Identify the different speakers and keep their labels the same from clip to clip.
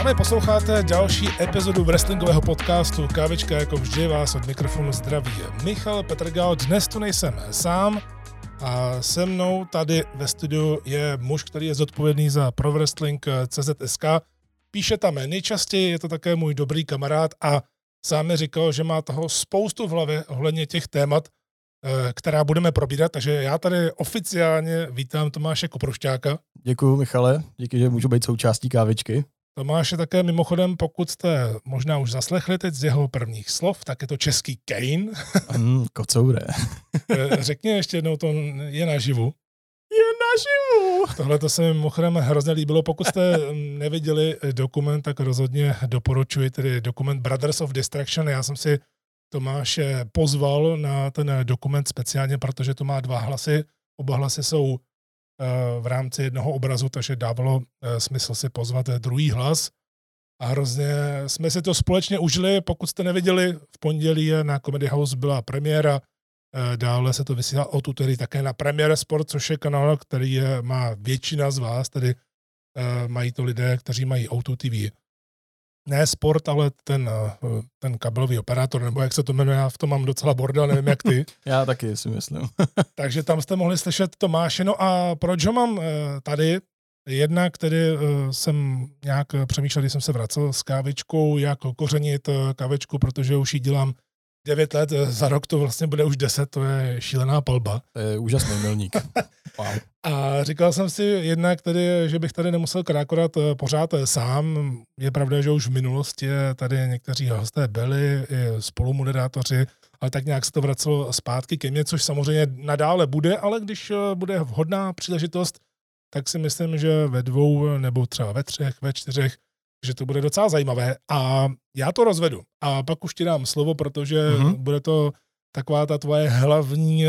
Speaker 1: Přátelé, posloucháte další epizodu wrestlingového podcastu Kávička, jako vždy vás od mikrofonu zdraví Michal Petrgal. Dnes tu nejsem sám a se mnou tady ve studiu je muž, který je zodpovědný za Pro Wrestling CZ.sk. Píše tam nejčastěji, je to také můj dobrý kamarád a sám mi říkal, že má toho spoustu v hlavě ohledně těch témat, která budeme probírat, takže já tady oficiálně vítám Tomáše Koprušťáka.
Speaker 2: Děkuju, Michale, díky, že můžu být součástí Kávičky.
Speaker 1: Tomáš je také mimochodem, pokud jste možná už zaslechli teď z jeho prvních slov, tak je to český Kane.
Speaker 2: Kocoure.
Speaker 1: Řekni ještě jednou, to je naživu.
Speaker 2: Je naživu!
Speaker 1: Tohle to se mi mimochodem hrozně líbilo. Pokud jste neviděli dokument, tak rozhodně doporučuji tedy dokument Brothers of Destruction. Já jsem si Tomáše pozval na ten dokument speciálně, protože to má 2 hlasy. Oba hlasy jsou v rámci jednoho obrazu, takže dávalo smysl si pozvat druhý hlas. A hrozně jsme si to společně užili. Pokud jste neviděli, v pondělí na Comedy House byla premiéra. Dále se to vysílá od úterý také na Premiere Sport, což je kanál, který má většina z vás, tedy mají to lidé, kteří mají O2 TV. Ne sport, ale ten kabelový operátor, nebo jak se to jmenuje, já v tom mám docela bordel, nevím jak ty.
Speaker 2: Já taky si myslím.
Speaker 1: Takže tam jste mohli slyšet Tomáše. No a proč ho mám tady? Jednak tedy jsem nějak přemýšlel, když jsem se vracel s kávičkou, jak kořenit kávičku, protože už ji dělám 9 let, za rok to vlastně bude už 10, to je šílená palba.
Speaker 2: To je úžasný milník. Wow.
Speaker 1: A říkal jsem si jednak tedy, že bych tady nemusel krákorat pořád sám. Je pravda, že už v minulosti tady někteří hosté byli, i spolumoderátoři, ale tak nějak se to vracelo zpátky ke mně, což samozřejmě nadále bude, ale když bude vhodná příležitost, tak si myslím, že ve 2 nebo třeba ve 3, ve 4, že to bude docela zajímavé a já to rozvedu. A pak už ti dám slovo, protože bude to taková ta tvoje hlavní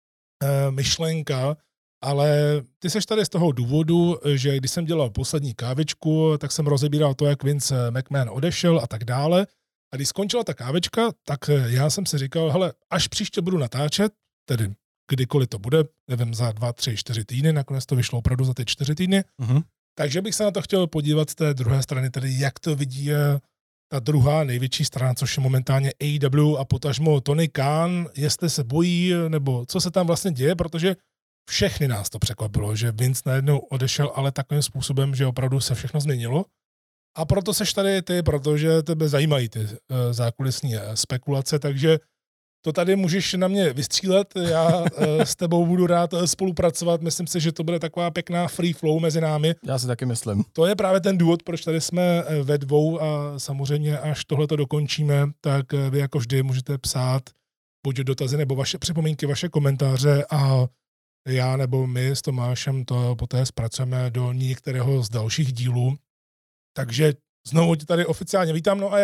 Speaker 1: myšlenka, ale ty seš tady z toho důvodu, že když jsem dělal poslední kávičku, tak jsem rozebíral to, jak Vince McMahon odešel a tak dále. A když skončila ta kávička, tak já jsem si říkal, hele, až příště budu natáčet, tedy kdykoliv to bude, nevím, za 2, 3, 4 týdny, nakonec to vyšlo opravdu za ty 4 týdny, takže bych se na to chtěl podívat z té druhé strany, tedy jak to vidí ta druhá největší strana, což je momentálně AEW a potažmo Tony Khan, jestli se bojí, nebo co se tam vlastně děje, protože všechny nás to překvapilo, že Vince najednou odešel, ale takovým způsobem, že opravdu se všechno změnilo. A proto seš tady ty, protože tebe zajímají ty zákulisní spekulace, takže to tady můžeš na mě vystřílet, já s tebou budu rád spolupracovat, myslím si, že to bude taková pěkná free flow mezi námi.
Speaker 2: Já si taky myslím.
Speaker 1: To je právě ten důvod, proč tady jsme ve 2 a samozřejmě až tohleto dokončíme, tak vy jako vždy můžete psát buď dotazy nebo vaše připomínky, vaše komentáře a já nebo my s Tomášem to poté zpracujeme do některého z dalších dílů. Takže znovu tě tady oficiálně vítám, no a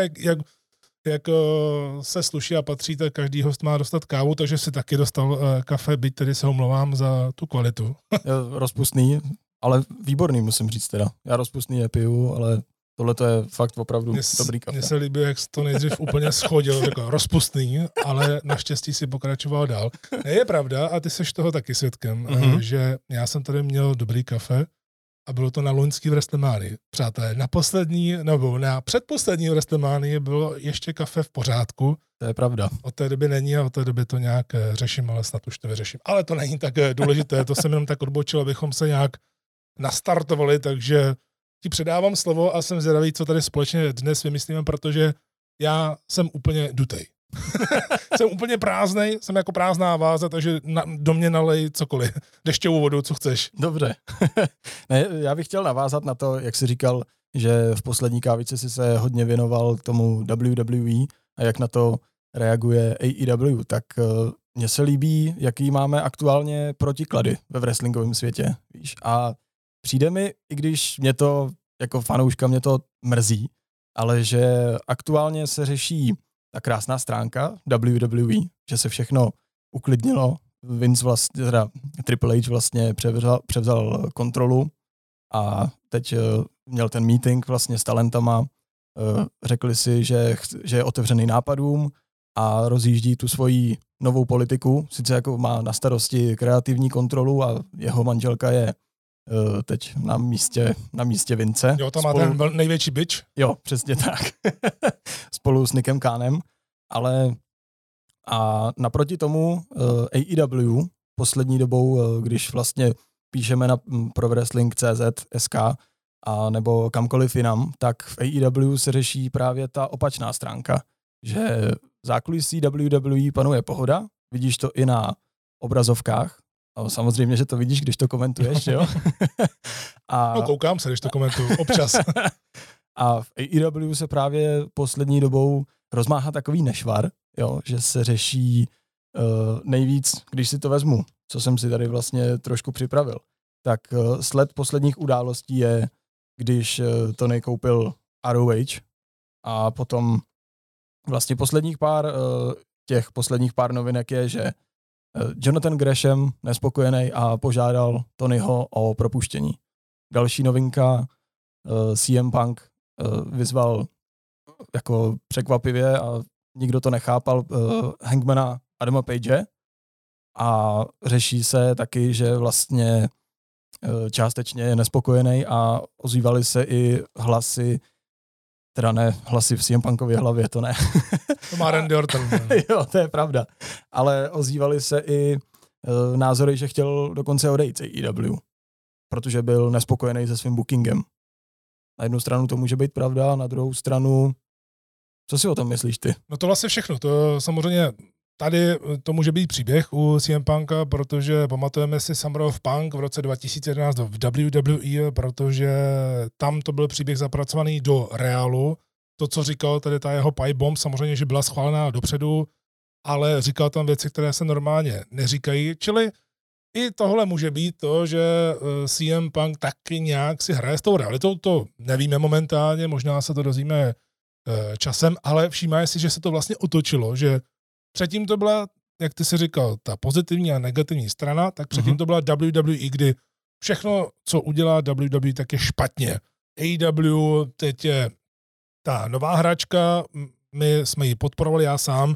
Speaker 1: jak se sluší a patří, tak každý host má dostat kávu, takže si taky dostal kafe, byť tedy se omlouvám za tu kvalitu.
Speaker 2: Rozpustný, ale výborný musím říct teda. Já rozpustný nepiju, ale tohle to je fakt opravdu dobrý kafe.
Speaker 1: Mně se líbí, jak jsi to nejdřív úplně schodil, jako rozpustný, ale naštěstí si pokračoval dál. Je pravda, a ty seš toho taky svědkem, že já jsem tady měl dobrý kafe, a bylo to na loňský WrestleManii. Přátelé, na předposlední WrestleManii bylo ještě kafe v pořádku.
Speaker 2: To je pravda.
Speaker 1: Od té doby není a od té doby to nějak řeším, ale snad už to vyřeším. Ale to není tak důležité, to jsem jenom tak odbočil, abychom se nějak nastartovali, takže ti předávám slovo a jsem zvědavý, co tady společně dnes vymyslíme, protože já jsem úplně dutej. Jsem úplně prázdnej, jsem jako prázdná váza, takže do mě nalej cokoliv. Dešťovou vodu, co chceš.
Speaker 2: Dobře. Ne, já bych chtěl navázat na to, jak jsi říkal, že v poslední kávičce si se hodně věnoval tomu WWE a jak na to reaguje AEW, tak mně se líbí, jaký máme aktuálně protiklady ve wrestlingovém světě. Víš? A přijde mi, i když mě to, jako fanouška, mě to mrzí, ale že aktuálně se řeší ta krásná stránka WWE, že se všechno uklidnilo, Vince vlastně, teda Triple H vlastně převzal kontrolu a teď měl ten meeting vlastně s talentama, řekli si, že je otevřený nápadům a rozjíždí tu svoji novou politiku, sice jako má na starosti kreativní kontrolu a jeho manželka je teď na místě Vince.
Speaker 1: Jo, tam má ten největší bič.
Speaker 2: Jo, přesně tak. Spolu s Nickem Khanem, ale a naproti tomu AEW poslední dobou, když vlastně píšeme na ProWrestling.cz.sk a nebo kamkoliv jinam, tak v AEW se řeší právě ta opačná stránka, že v zákulisí WWE panuje pohoda, vidíš to i na obrazovkách, a samozřejmě, že to vidíš, když to komentuješ, jo?
Speaker 1: No koukám se, když to komentuju, občas.
Speaker 2: A v AEW se právě poslední dobou rozmáhá takový nešvar, jo, že se řeší nejvíc, když si to vezmu, co jsem si tady vlastně trošku připravil, tak sled posledních událostí je, když Tony koupil ROH a potom vlastně posledních pár novinek je, že Jonathan Gresham nespokojený a požádal Tonyho o propuštění. Další novinka, CM Punk vyzval jako překvapivě a nikdo to nechápal Hangmana Adama Page a řeší se taky, že vlastně částečně je nespokojený a ozývaly se i hlasy, teda ne hlasy v CM Punkově hlavě, to ne.
Speaker 1: To má Randy Orton.
Speaker 2: Jo, to je pravda. Ale ozývaly se i názory, že chtěl dokonce odejít z AEW, protože byl nespokojený se svým bookingem. Na jednu stranu to může být pravda, na druhou stranu, co si o tom myslíš ty?
Speaker 1: No to vlastně všechno. To samozřejmě tady to může být příběh u CM Punka, protože pamatujeme si Summer of Punk v roce 2011 v WWE, protože tam to byl příběh zapracovaný do reálu. To, co říkal, tady ta jeho pipe bomb, samozřejmě, že byla schválená dopředu, ale říkal tam věci, které se normálně neříkají. Čili i tohle může být to, že CM Punk taky nějak si hraje s tou realitou. To nevíme momentálně, možná se to dozvíme časem, ale všímají si, že se to vlastně otočilo, že předtím to byla, jak ty si říkal, ta pozitivní a negativní strana, tak předtím to byla WWE, kdy všechno, co udělá WWE, tak je špatně. AEW teď je ta nová hračka, my jsme ji podporovali, já sám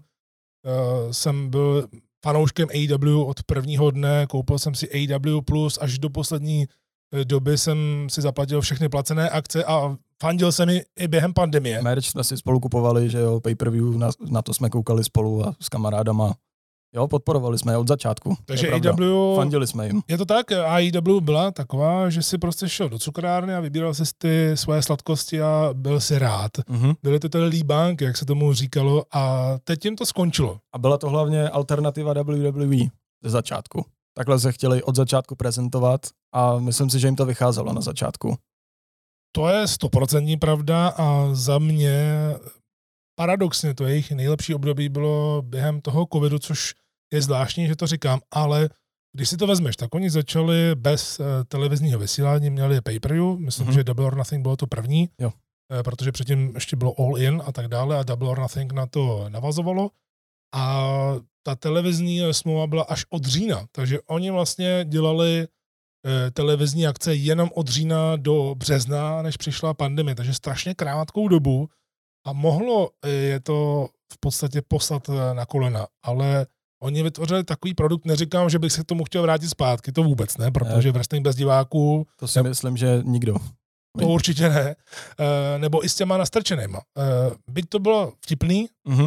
Speaker 1: jsem byl fanouškem AEW od prvního dne, koupil jsem si AEW Plus, až do poslední doby jsem si zaplatil všechny placené akce a fandil jsem i během pandemie.
Speaker 2: Merch jsme si spolu kupovali, že jo, pay-per-view, na to jsme koukali spolu a s kamarádama. Jo, podporovali jsme je od začátku.
Speaker 1: Takže AEW,
Speaker 2: fandili jsme jim.
Speaker 1: Je to tak, AEW byla taková, že si prostě šel do cukrárny a vybíral si ty svoje sladkosti a byl si rád. Byly to tedy líbánky, jak se tomu říkalo, a teď jim to skončilo. A
Speaker 2: byla to hlavně alternativa WWE ze začátku. Takhle se chtěli od začátku prezentovat a myslím si, že jim to vycházelo na začátku.
Speaker 1: To je 100% pravda a za mě paradoxně to jejich nejlepší období bylo během toho covidu, což je zvláštní, že to říkám, ale když si to vezmeš, tak oni začali bez televizního vysílání, měli pay-per-view, myslím, že Double or Nothing bylo to první,
Speaker 2: jo.
Speaker 1: Protože předtím ještě bylo All In a tak dále a Double or Nothing na to navazovalo a ta televizní smlouva byla až od října, takže oni vlastně dělali televizní akce jenom od října do března, než přišla pandemie, takže strašně krátkou dobu a mohlo je to v podstatě poslat na kolena, ale oni vytvořili takový produkt, neříkám, že bych se k tomu chtěl vrátit zpátky, to vůbec ne, protože wrestling bez diváků...
Speaker 2: To si myslím, že nikdo.
Speaker 1: To určitě ne, nebo i s těma nastrčenýma. Byť to bylo vtipný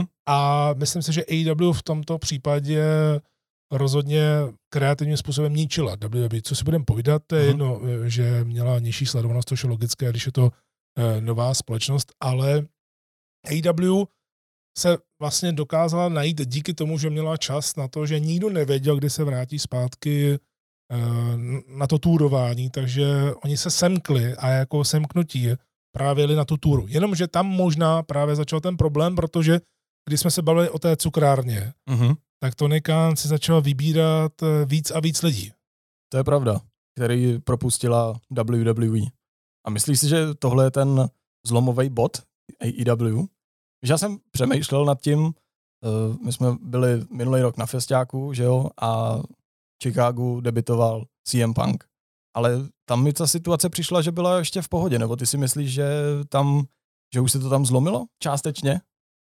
Speaker 1: a myslím si, že AEW v tomto případě rozhodně kreativním způsobem ničila WWE. Co si budeme povídat, to je jedno, že měla nižší sledovanost, což je logické, když je to nová společnost, ale AEW se vlastně dokázala najít díky tomu, že měla čas na to, že nikdo nevěděl, kdy se vrátí zpátky na to túrování, takže oni se semkli a jako semknutí právě jeli na tu túru. Jenomže tam možná právě začal ten problém, protože když jsme se bavili o té cukrárně, tak Tony Khan si začal vybírat víc a víc lidí.
Speaker 2: To je pravda, který propustila WWE. A myslíš si, že tohle je ten zlomový bod AEW? Já jsem přemýšlel nad tím, my jsme byli minulý rok na festiáku, že jo, a v Chicagu debitoval CM Punk. Ale tam mi ta situace přišla, že byla ještě v pohodě, nebo ty si myslíš, že už se to tam zlomilo částečně?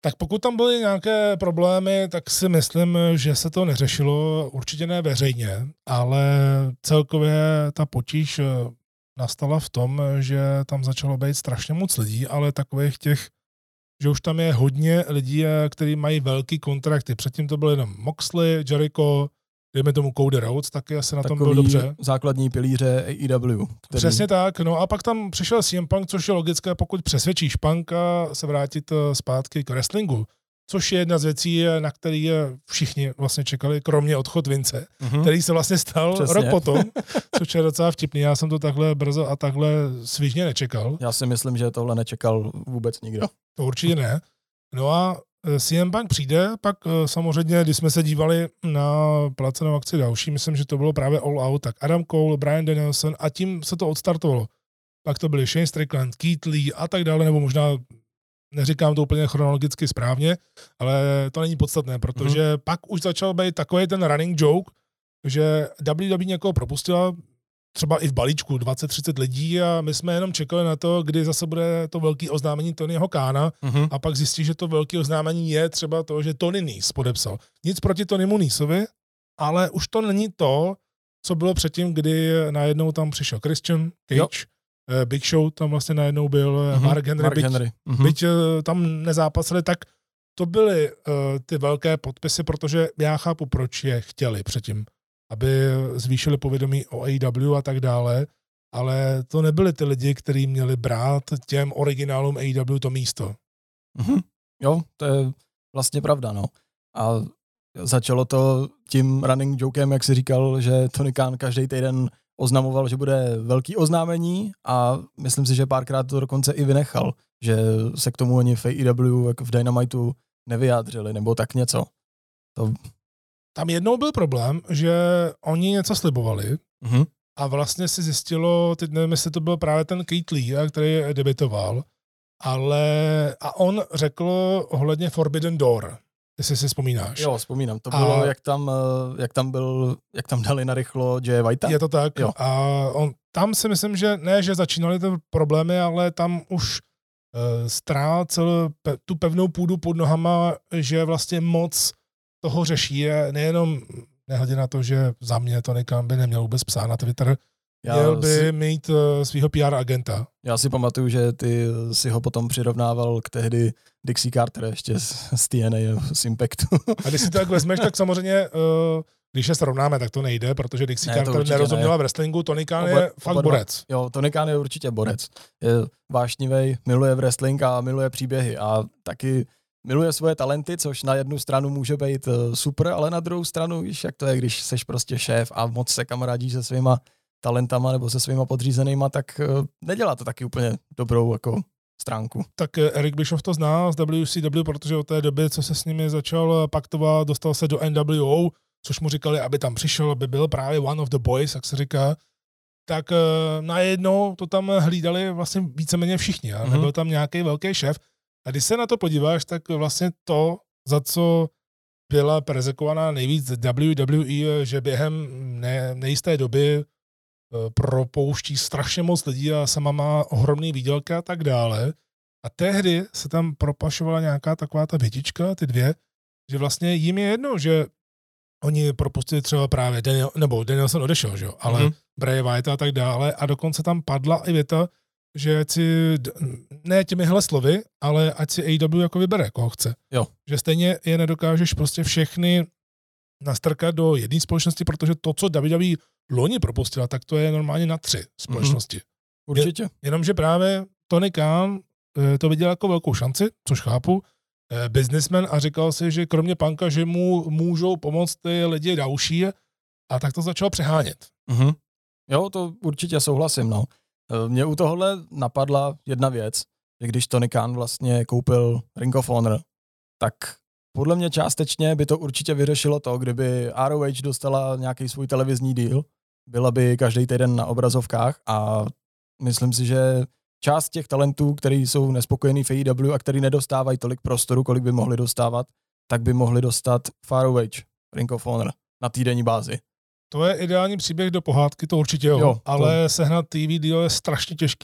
Speaker 1: Tak pokud tam byly nějaké problémy, tak si myslím, že se to neřešilo, určitě ne veřejně, ale celkově ta potíž nastala v tom, že tam začalo být strašně moc lidí, ale takových těch, že už tam je hodně lidí, kteří mají velký kontrakty. Předtím to byl jenom Moxley, Jericho, dejme tomu Cody Rhodes, taky asi na tom byl dobře.
Speaker 2: Základní pilíře AEW.
Speaker 1: Který... Přesně tak, no a pak tam přišel CM Punk, což je logické, pokud přesvědčíš Punka se vrátit zpátky k wrestlingu, což je jedna z věcí, na který všichni vlastně čekali, kromě odchod Vince, který se vlastně stal rok potom, což je docela vtipný. Já jsem to takhle brzo a takhle svižně nečekal.
Speaker 2: Já si myslím, že tohle nečekal vůbec nikdo.
Speaker 1: To určitě ne. No a CM Punk přijde, pak samozřejmě, když jsme se dívali na placenou akci další, myslím, že to bylo právě All Out, tak Adam Cole, Bryan Danielson a tím se to odstartovalo. Pak to byli Shane Strickland, Keith Lee a tak dále, nebo možná neříkám to úplně chronologicky správně, ale to není podstatné, protože pak už začal být takový ten running joke, že WWE někoho propustila, třeba i v balíčku 20-30 lidí a my jsme jenom čekali na to, kdy zase bude to velké oznámení Tonyho Khána a pak zjistí, že to velké oznámení je třeba to, že Tony Nese podepsal. Nic proti Tonymu Neseovi, ale už to není to, co bylo předtím, kdy najednou tam přišel Christian Cage, Big Show tam vlastně najednou byl, Mark Henry. Byť tam nezápasili, tak to byly ty velké podpisy, protože já chápu, proč je chtěli předtím, aby zvýšili povědomí o AEW a tak dále, ale to nebyli ty lidi, kteří měli brát těm originálům AEW to místo.
Speaker 2: Jo, to je vlastně pravda, no. A začalo to tím running jokem, jak jsi říkal, že Tony Khan každý týden oznamoval, že bude velký oznámení a myslím si, že párkrát to dokonce i vynechal, že se k tomu oni v AEW, jak v Dynamitu nevyjádřili, nebo tak něco. To...
Speaker 1: Tam jednou byl problém, že oni něco slibovali a vlastně si zjistilo, teď nevím, jestli to byl právě ten Keith Lee, který debitoval, ale a on řekl ohledně Forbidden Door, jestli si vzpomínáš.
Speaker 2: Jo, vzpomínám. To bylo, jak tam dali narychlo Jay Whitea.
Speaker 1: Je to tak. Jo. A tam si myslím, že ne, že začínaly ty problémy, ale tam už ztrácel tu pevnou půdu pod nohama, že vlastně moc toho řeší, nejenom nehledě na to, že za mě Tony Khan by neměl vůbec psát na Twitter, měl by mít svýho PR agenta.
Speaker 2: Já si pamatuju, že ty si ho potom přirovnával k tehdy Dixie Carter ještě z TNA, z Impactu. A
Speaker 1: když si to tak vezmeš, tak samozřejmě, když se srovnáme, tak to nejde, protože Dixie Carter nerozuměla v wrestlingu, Tony Khan je fakt borec.
Speaker 2: Jo, Tony Khan je určitě borec. Je vášnivej, miluje wrestling a miluje příběhy a taky miluje svoje talenty, což na jednu stranu může být super, ale na druhou stranu, víš, jak to je, když seš prostě šéf a moc se kamarádíš se svýma talentama nebo se svýma podřízenýma, tak nedělá to taky úplně dobrou jako stránku.
Speaker 1: Tak Eric Bischoff to zná z WCW, protože od té doby, co se s nimi začal paktovat, dostal se do NWO, což mu říkali, aby tam přišel, aby byl právě one of the boys, jak se říká, tak najednou to tam hlídali vlastně víceméně všichni a nebyl tam nějaký velký šéf. A když se na to podíváš, tak vlastně to, za co byla perzekovaná nejvíc WWE, že během nejisté doby propouští strašně moc lidí a sama má ohromný výdělky a tak dále. A tehdy se tam propašovala nějaká taková ta větička, ty dvě, že vlastně jim je jedno, že oni propustili třeba právě Danielson odešel, že jo, ale Bray Wyatt a tak dále a dokonce tam padla i věta, že ať si, ne těmihle slovy, ale ať si AEW jako vybere, koho chce.
Speaker 2: Jo.
Speaker 1: Že stejně je nedokážeš prostě všechny nastrkat do jedné společnosti, protože to, co WWE loni propustila, tak to je normálně na 3 společnosti.
Speaker 2: Určitě.
Speaker 1: Jenomže právě Tony Khan to viděl jako velkou šanci, což chápu, businessman a říkal si, že kromě Punka, že mu můžou pomoct ty lidi další a tak to začal přehánět.
Speaker 2: Jo, to určitě souhlasím, no. Mě u tohohle napadla jedna věc, že když Tony Khan vlastně koupil Ring of Honor, tak podle mě částečně by to určitě vyřešilo to, kdyby ROH dostala nějaký svůj televizní deal, byla by každý týden na obrazovkách a myslím si, že část těch talentů, kteří jsou nespokojení v AEW a který nedostávají tolik prostoru, kolik by mohli dostávat, tak by mohli dostat v ROH, Ring of Honor, na týdenní bázi.
Speaker 1: To je ideální příběh do pohádky, to určitě jo ale sehnat TV deal je strašně těžký.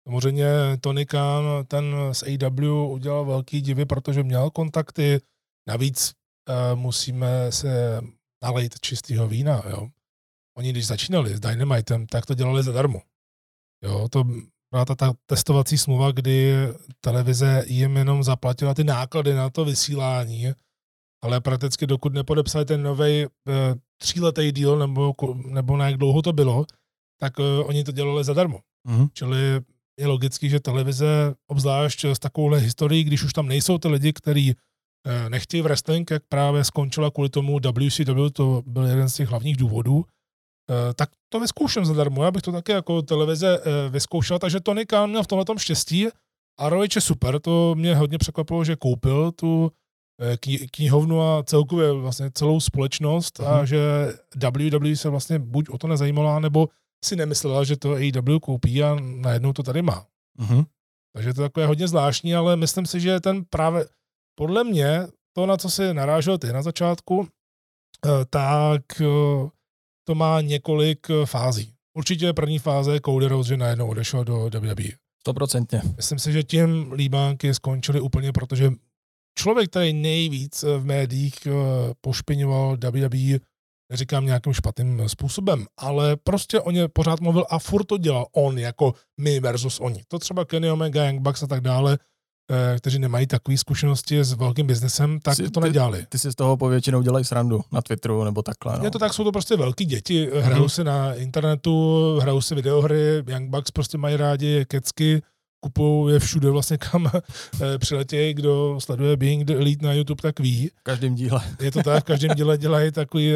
Speaker 1: Samozřejmě Tony Khan, ten z AEW udělal velký divy, protože měl kontakty, navíc musíme se nalejt čistého vína, jo. Oni když začínali s Dynamitem, tak to dělali zadarmo. Jo, to byla ta testovací smlouva, kdy televize jim jenom zaplatila ty náklady na to vysílání, ale prakticky dokud nepodepsali ten novej 3letý deal, nebo na jak dlouho to bylo, tak oni to dělali zadarmo. Čili je logický, že televize, obzvlášť s takovouhle historií, když už tam nejsou ty lidi, kteří nechtějí wrestling, jak právě skončila kvůli tomu WCW, to byl jeden z těch hlavních důvodů, tak to vyzkouším zadarmo. Já bych to taky jako televize vyzkoušel, takže Tony Khan měl v tomhletom štěstí. A ROH je super, to mě hodně překvapilo, že koupil tu knihovnu a celkově vlastně celou společnost a že WWE se vlastně buď o to nezajímala, nebo si nemyslela, že to AEW koupí a najednou to tady má. Takže to je takové hodně zvláštní, ale myslím si, že ten právě podle mě, to, na co si narážel ty na začátku, tak to má několik fází. Určitě první fáze Cody Rhodes, že najednou odešel do WWE.
Speaker 2: 100%.
Speaker 1: Myslím si, že tím líbánky skončily úplně, protože člověk, který nejvíc v médiích pošpiňoval WWE, neříkám nějakým špatným způsobem, ale prostě o ně pořád mluvil a furt to dělal on, jako my versus oni. To třeba Kenny Omega, Young Bucks a tak dále, kteří nemají takové zkušenosti s velkým biznesem, tak to nedělali.
Speaker 2: Ty si z toho povětšinou dělají srandu na Twitteru nebo takhle. No.
Speaker 1: Je to tak, jsou to prostě velký děti, hrajou si na internetu, hrajou si videohry, Young Bucks prostě mají rádi kecky, kupou je všude vlastně, kam přiletějí, kdo sleduje Being the Elite na YouTube, tak ví.
Speaker 2: V každém díle.
Speaker 1: Je to tak, v každém díle dělají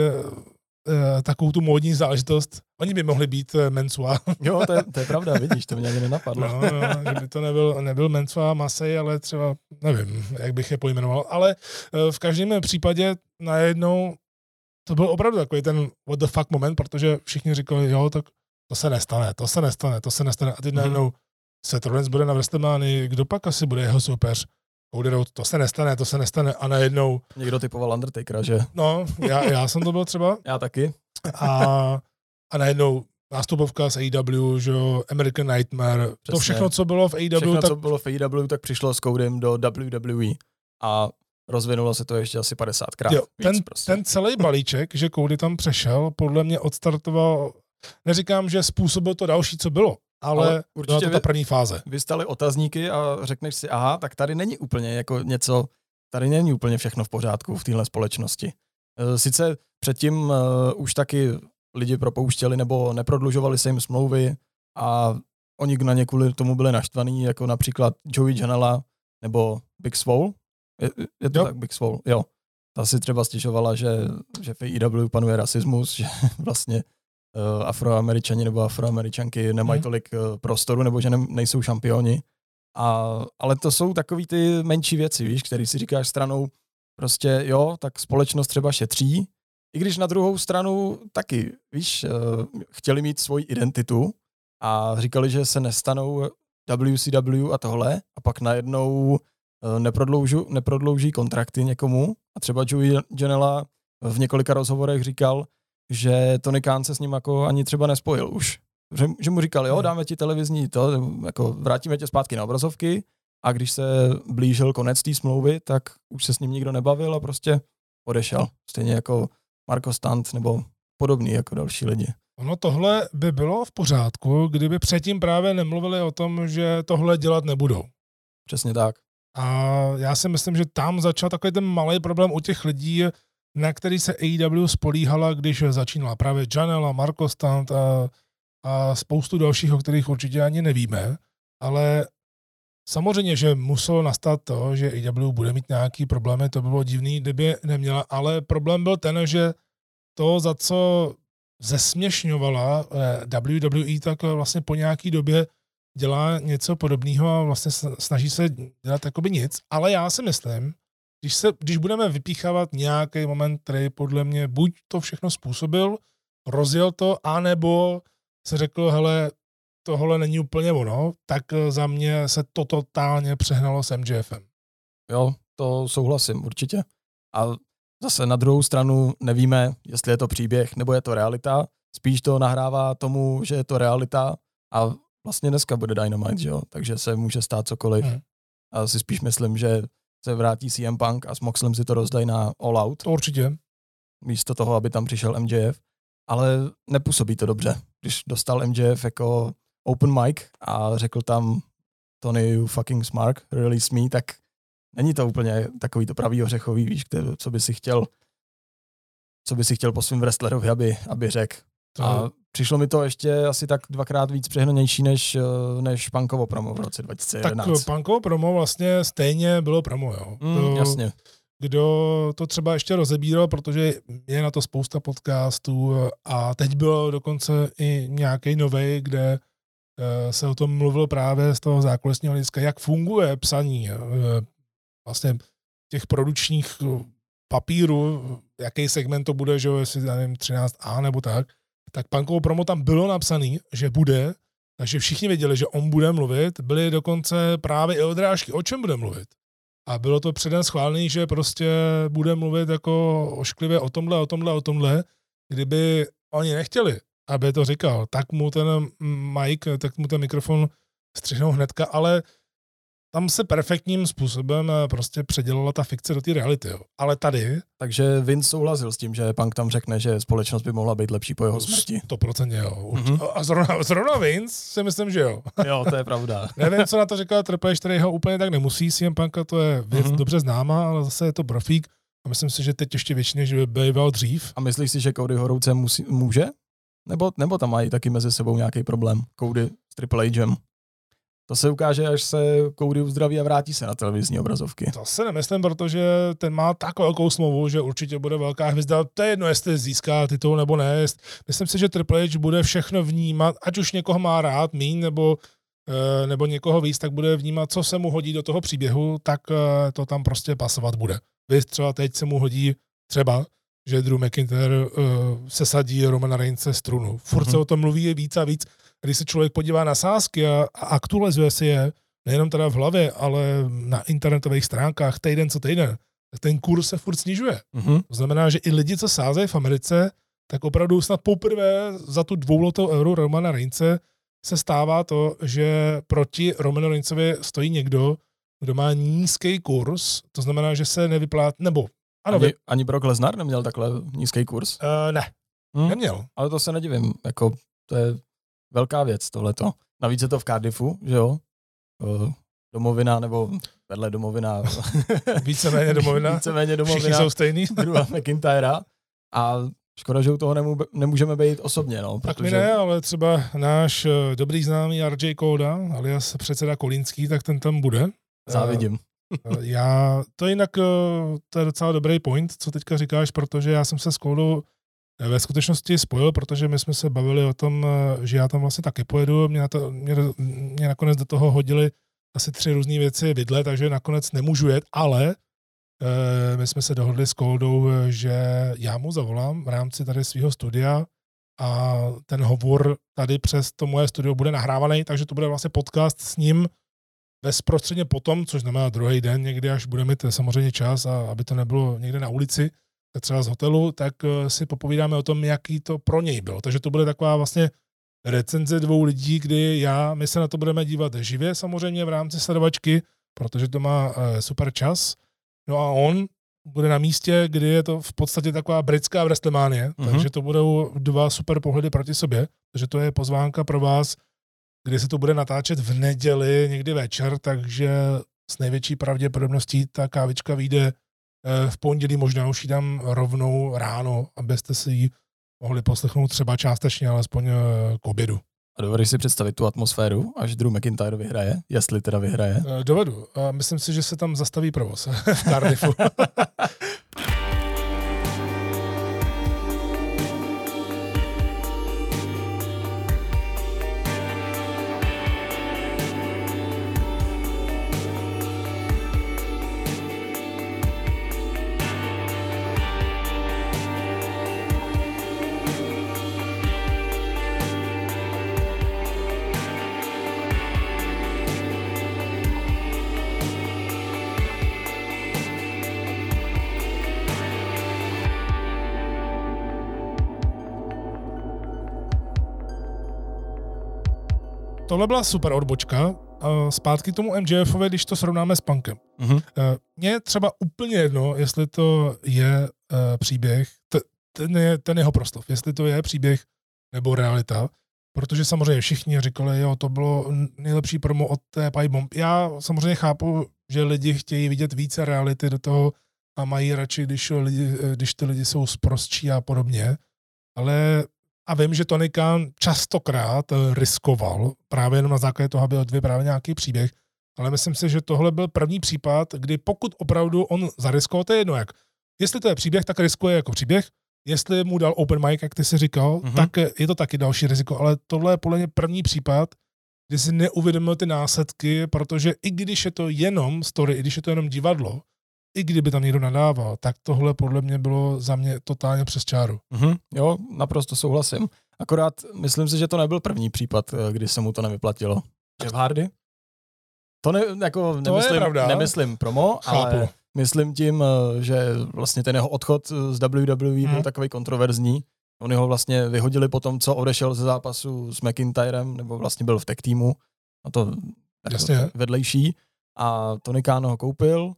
Speaker 1: takovou tu módní záležitost. Oni by mohli být Mensua.
Speaker 2: Jo, to je pravda, vidíš, to mě ani nenapadlo.
Speaker 1: No, že by to nebyl Mensua Masej, ale třeba, nevím, jak bych je pojmenoval, ale v každém případě najednou to byl opravdu takový ten what the fuck moment, protože všichni říkali, jo, tak to se nestane. A teď najednou Seth Rollins bude na WrestleManii, kdo pak asi bude jeho soupeř? Cody Rhodes, to se nestane a najednou...
Speaker 2: Někdo typoval Undertakera, že?
Speaker 1: No, já jsem to byl třeba.
Speaker 2: Já taky.
Speaker 1: A najednou nástupovka z AEW, že jo, American Nightmare, přesně. To všechno, co bylo v AEW.
Speaker 2: Všechno, co bylo v AEW, tak přišlo s Codym do WWE a rozvinulo se to ještě asi 50krát.
Speaker 1: Jo, ten celý balíček, že Cody tam přešel, podle mě odstartoval, neříkám, že způsobil to další, co bylo, ale určitě byla to ta první fáze.
Speaker 2: Vystali otazníky a řekneš si, aha, tak tady není úplně jako něco, tady není úplně všechno v pořádku v téhle společnosti. Sice předtím už taky lidi propouštěli nebo neprodlužovali se jim smlouvy a oni na ně kvůli tomu byli naštvaní, jako například Joey Janela nebo Big Swole. Je to tak, Big Swole? Jo. Ta si třeba stěžovala, že v AEW panuje rasismus, že vlastně Afroameričani nebo Afroameričanky nemají tolik prostoru nebo že nejsou šampioni. Ale to jsou takový ty menší věci, víš, který si říkáš stranou prostě jo, tak společnost třeba šetří, i když na druhou stranu taky, víš, chtěli mít svoji identitu a říkali, že se nestanou WCW a tohle a pak najednou neprodlouží kontrakty někomu a třeba Joey Janela v několika rozhovorech říkal, že Tony Khan se s ním jako ani třeba nespojil už. Že mu říkal, jo, dáme ti televizní to, jako vrátíme tě zpátky na obrazovky a když se blížil konec té smlouvy, tak už se s ním nikdo nebavil a prostě odešel. Stejně jako Marko Stunt nebo podobný jako další lidi.
Speaker 1: Ono tohle by bylo v pořádku, kdyby předtím právě nemluvili o tom, že tohle dělat nebudou.
Speaker 2: Přesně tak.
Speaker 1: A já si myslím, že tam začal takový ten malý problém u těch lidí, na který se AEW spolíhala, když začínala právě Janela, Marko Stunt a spoustu dalších, o kterých určitě ani nevíme, ale samozřejmě, že muselo nastat to, že AEW bude mít nějaký problémy, to by bylo divný, kdyby neměla, ale problém byl ten, že to, za co zesměšňovala WWE, tak vlastně po nějaký době dělá něco podobného a vlastně snaží se dělat jakoby nic, ale já si myslím, když budeme vypíchávat nějaký moment, který podle mě buď to všechno způsobil, rozjel to, anebo se řekl, hele, tohle není úplně ono, tak za mě se to totálně přehnalo s MJFem.
Speaker 2: Jo, to souhlasím určitě. A zase na druhou stranu nevíme, jestli je to příběh nebo je to realita. Spíš to nahrává tomu, že je to realita a vlastně dneska bude Dynamite, že jo? Takže se může stát cokoliv. A si spíš myslím, že se vrátí CM Punk a s Moxlem si to rozdají na All Out.
Speaker 1: To určitě.
Speaker 2: Místo toho, aby tam přišel MJF. Ale nepůsobí to dobře. Když dostal MJF jako open mic a řekl tam Tony, you fucking smart, release me, tak není to úplně takový to pravý ořechový, víš, co by si chtěl po svým wrestlerovi, aby řekl. A přišlo mi to ještě asi tak 2x víc přehnanější než Punkovo promo v roce 2011.
Speaker 1: Tak Punkovo promo vlastně stejně bylo promo, jo.
Speaker 2: Jasně.
Speaker 1: Kdo to třeba ještě rozebíral, protože je na to spousta podcastů a teď bylo dokonce i nějaký novej, kde se o tom mluvilo právě z toho zákulisního hlediska, jak funguje psaní vlastně těch produčních papírů, jaký segment to bude, že jo, jestli nevím, 13A nebo tak Punkovo promo tam bylo napsaný, že bude, takže všichni věděli, že on bude mluvit, byly dokonce právě i odrážky, o čem bude mluvit. A bylo to předem schválený, že prostě bude mluvit jako ošklivě o tomhle. Kdyby oni nechtěli, aby to říkal, tak mu ten mikrofon střihnou hnedka, ale tam se perfektním způsobem prostě předělala ta fikce do té reality. Jo. Ale tady...
Speaker 2: Takže Vince souhlasil s tím, že Punk tam řekne, že společnost by mohla být lepší po jeho smrti.
Speaker 1: 100% jo. A zrovna Vince si myslím, že jo.
Speaker 2: Jo, to je pravda.
Speaker 1: Nevím, co na to říkal Triple H, který ho úplně tak nemusí. CM Punka to je věc dobře známá, ale zase je to profík. A myslím si, že teď ještě většině, že by býval dřív.
Speaker 2: A myslíš si, že Cody Horouce může? Nebo tam mají taky mezi sebou nějaký problém? Cody s Triple H'em? To se ukáže, až se Cody uzdraví a vrátí se na televizní obrazovky.
Speaker 1: To se nemyslím, protože ten má tak velkou smlouvu, že určitě bude velká hvězda. To je jedno, jestli získá titul nebo ne. Myslím si, že Triple H bude všechno vnímat, ať už někoho má rád, míň, nebo někoho víc, tak bude vnímat, co se mu hodí do toho příběhu, tak to tam prostě pasovat bude. Víš, třeba teď se mu hodí třeba, že Drew McIntyre sesadí Romana Reignse strunu. Furt se o tom mluví víc a víc. Když se člověk podívá na sázky a aktualizuje si je, nejenom teda v hlavě, ale na internetových stránkách týden co týden, tak ten kurz se furt snižuje. To znamená, že i lidi, co sázejí v Americe, tak opravdu snad poprvé za tu 200 euro Romana Reignse se stává to, že proti Romanu Reignsovi stojí někdo, kdo má nízký kurz, to znamená, že se nevyplátí, nebo ano.
Speaker 2: Ani Brock Lesnar neměl takhle nízký kurz?
Speaker 1: Ne, neměl.
Speaker 2: Ale to se nedivím, jako to je velká věc tohleto. Navíc je to v Cardiffu, že jo? Domovina, nebo vedle domovina.
Speaker 1: Víceméně domovina. Všichni jsou stejný.
Speaker 2: Druhá McIntyra. A škoda, že u toho nemůžeme být osobně. No,
Speaker 1: protože... Tak mi ne, ale třeba náš dobrý známý RJ Koda, alias předseda Kolínský, tak ten tam bude.
Speaker 2: Závidím.
Speaker 1: To jinak, to je docela dobrý point, co teďka říkáš, protože já jsem se s Kodou ve skutečnosti spojil, protože my jsme se bavili o tom, že já tam vlastně taky pojedu, mě nakonec do toho hodili asi 3 různé věci vidle, takže nakonec nemůžu jet, ale my jsme se dohodli s Koldou, že já mu zavolám v rámci tady svého studia a ten hovor tady přes to moje studio bude nahrávaný, takže to bude vlastně podcast s ním bezprostředně potom, což znamená druhý den, někdy až bude mít samozřejmě čas a aby to nebylo někde na ulici, třeba z hotelu, tak si popovídáme o tom, jaký to pro něj bylo. Takže to bude taková vlastně recenze 2 lidí, kdy my se na to budeme dívat živě samozřejmě v rámci sledovačky, protože to má super čas. No a on bude na místě, kdy je to v podstatě taková britská WrestleMania, takže to budou 2 super pohledy proti sobě, takže to je pozvánka pro vás, kdy se to bude natáčet v neděli, někdy večer, takže s největší pravděpodobností ta kávička vyjde v pondělí, možná už ji dám rovnou ráno, abyste si ji mohli poslechnout třeba částečně, alespoň k obědu.
Speaker 2: A dovedeš si představit tu atmosféru, až Drew McIntyre vyhraje, jestli teda vyhraje?
Speaker 1: Dovedu. Myslím si, že se tam zastaví provoz v Cardiffu. tohle byla super odbočka. Zpátky k tomu MJFovi, když to srovnáme s Punkem. Mně je třeba úplně jedno, jestli to je příběh, ten jeho proslov, jestli to je příběh nebo realita, protože samozřejmě všichni říkali, jo, to bylo nejlepší promo od té Pipe Bomb. Já samozřejmě chápu, že lidi chtějí vidět více reality do toho a mají radši, když ty lidi jsou sprostší a podobně, ale a vím, že Tony Khan častokrát riskoval právě jenom na základě toho, aby vyprávěl nějaký příběh, ale myslím si, že tohle byl první případ, kdy pokud opravdu on zariskoval, to je jedno jak. Jestli to je příběh, tak riskuje jako příběh, jestli mu dal open mic, jak ty jsi říkal, tak je to taky další riziko, ale tohle je podle mě první případ, kdy si neuvědomil ty následky, protože i když je to jenom story, i když je to jenom divadlo, i kdyby tam někdo nadával, tak tohle podle mě bylo za mě totálně přes čáru.
Speaker 2: Jo, naprosto souhlasím. Akorát myslím si, že to nebyl první případ, kdy se mu to nevyplatilo. Jeff Hardy? To nemyslím promo, chápu. Ale myslím tím, že vlastně ten jeho odchod z WWE byl takový kontroverzní. Oni ho vlastně vyhodili po tom, co odešel ze zápasu s McIntyrem, nebo vlastně byl v tag týmu, a to vedlejší. A Tony Khan ho koupil,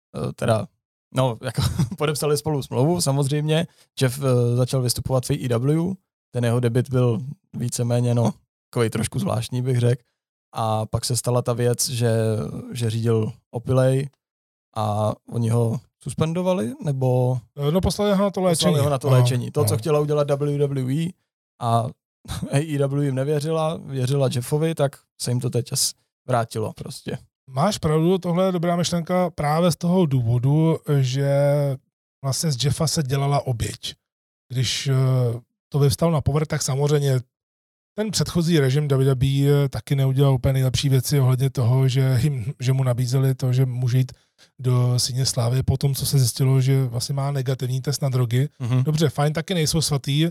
Speaker 2: podepsali spolu smlouvu samozřejmě. Jeff začal vystupovat v AEW, ten jeho debut byl víceméně, takový trošku zvláštní, bych řekl. A pak se stala ta věc, že řídil opilej a oni ho suspendovali, nebo...
Speaker 1: poslali ho na to léčení.
Speaker 2: Co chtěla udělat WWE a AEW jim nevěřila, věřila Jeffovi, tak se jim to teď vrátilo prostě.
Speaker 1: Máš pravdu, tohle je dobrá myšlenka právě z toho důvodu, že vlastně z Jeffa se dělala oběť. Když to vyvstal na povrch, tak samozřejmě ten předchozí režim WWE taky neudělal úplně nejlepší věci ohledně toho, že mu nabízeli to, že může jít do síně slávy po tom, co se zjistilo, že vlastně má negativní test na drogy. Dobře, fajn, taky nejsou svatý,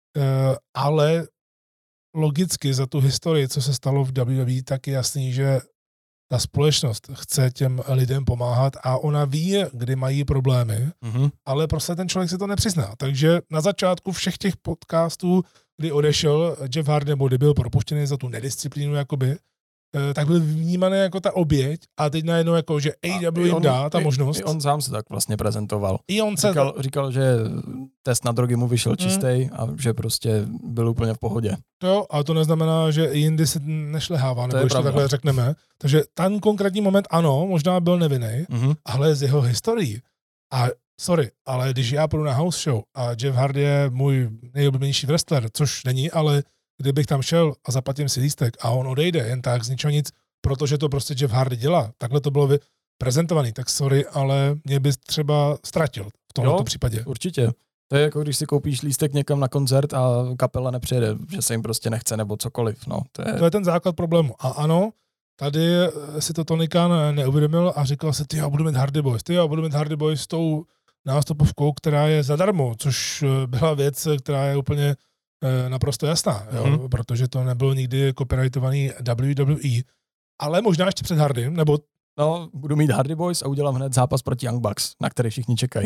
Speaker 1: ale logicky za tu historii, co se stalo v WWE, tak je jasný, že ta společnost chce těm lidem pomáhat a ona ví, kdy mají problémy, ale prostě ten člověk si to nepřizná. Takže na začátku všech těch podcastů, kdy odešel Jeff Hardy, nebo kdy byl propuštěný za tu nedisciplínu, jakoby, tak byl vnímaný jako ta oběť a teď najednou jako, že AEW jim dá ta možnost.
Speaker 2: I on sám se tak vlastně prezentoval. Říkal, že test na drogy mu vyšel čistý a že prostě byl úplně v pohodě.
Speaker 1: Jo, ale to neznamená, že i jindy se nešlehává, nebo když to takhle řekneme. Takže ten konkrétní moment, ano, možná byl nevinný, ale z jeho historií. A sorry, ale když já půjdu na house show a Jeff Hardy je můj nejoblíbenější wrestler, což není, ale kdybych tam šel a zaplatím si lístek a on odejde jen tak z ničeho nic, protože to prostě Jeff Hardy dělá, takhle to bylo prezentovaný, tak sorry, ale mě bys třeba ztratil v tomto případě.
Speaker 2: Určitě. To je jako když si koupíš lístek někam na koncert a kapela nepřijede, že se jim prostě nechce nebo cokoliv.
Speaker 1: To je ten základ problému. A ano, tady si to Tony Khan neuvědomil a říkal si, já budu mít Hardy Boys s tou nástupovkou, která je zadarmo, což byla věc, která je úplně naprosto jasná, jo? Protože to nebylo nikdy copyrightovaný WWE, ale možná ještě před Hardym, nebo...
Speaker 2: budu mít Hardy Boys a udělám hned zápas proti Young Bucks, na který všichni čekají.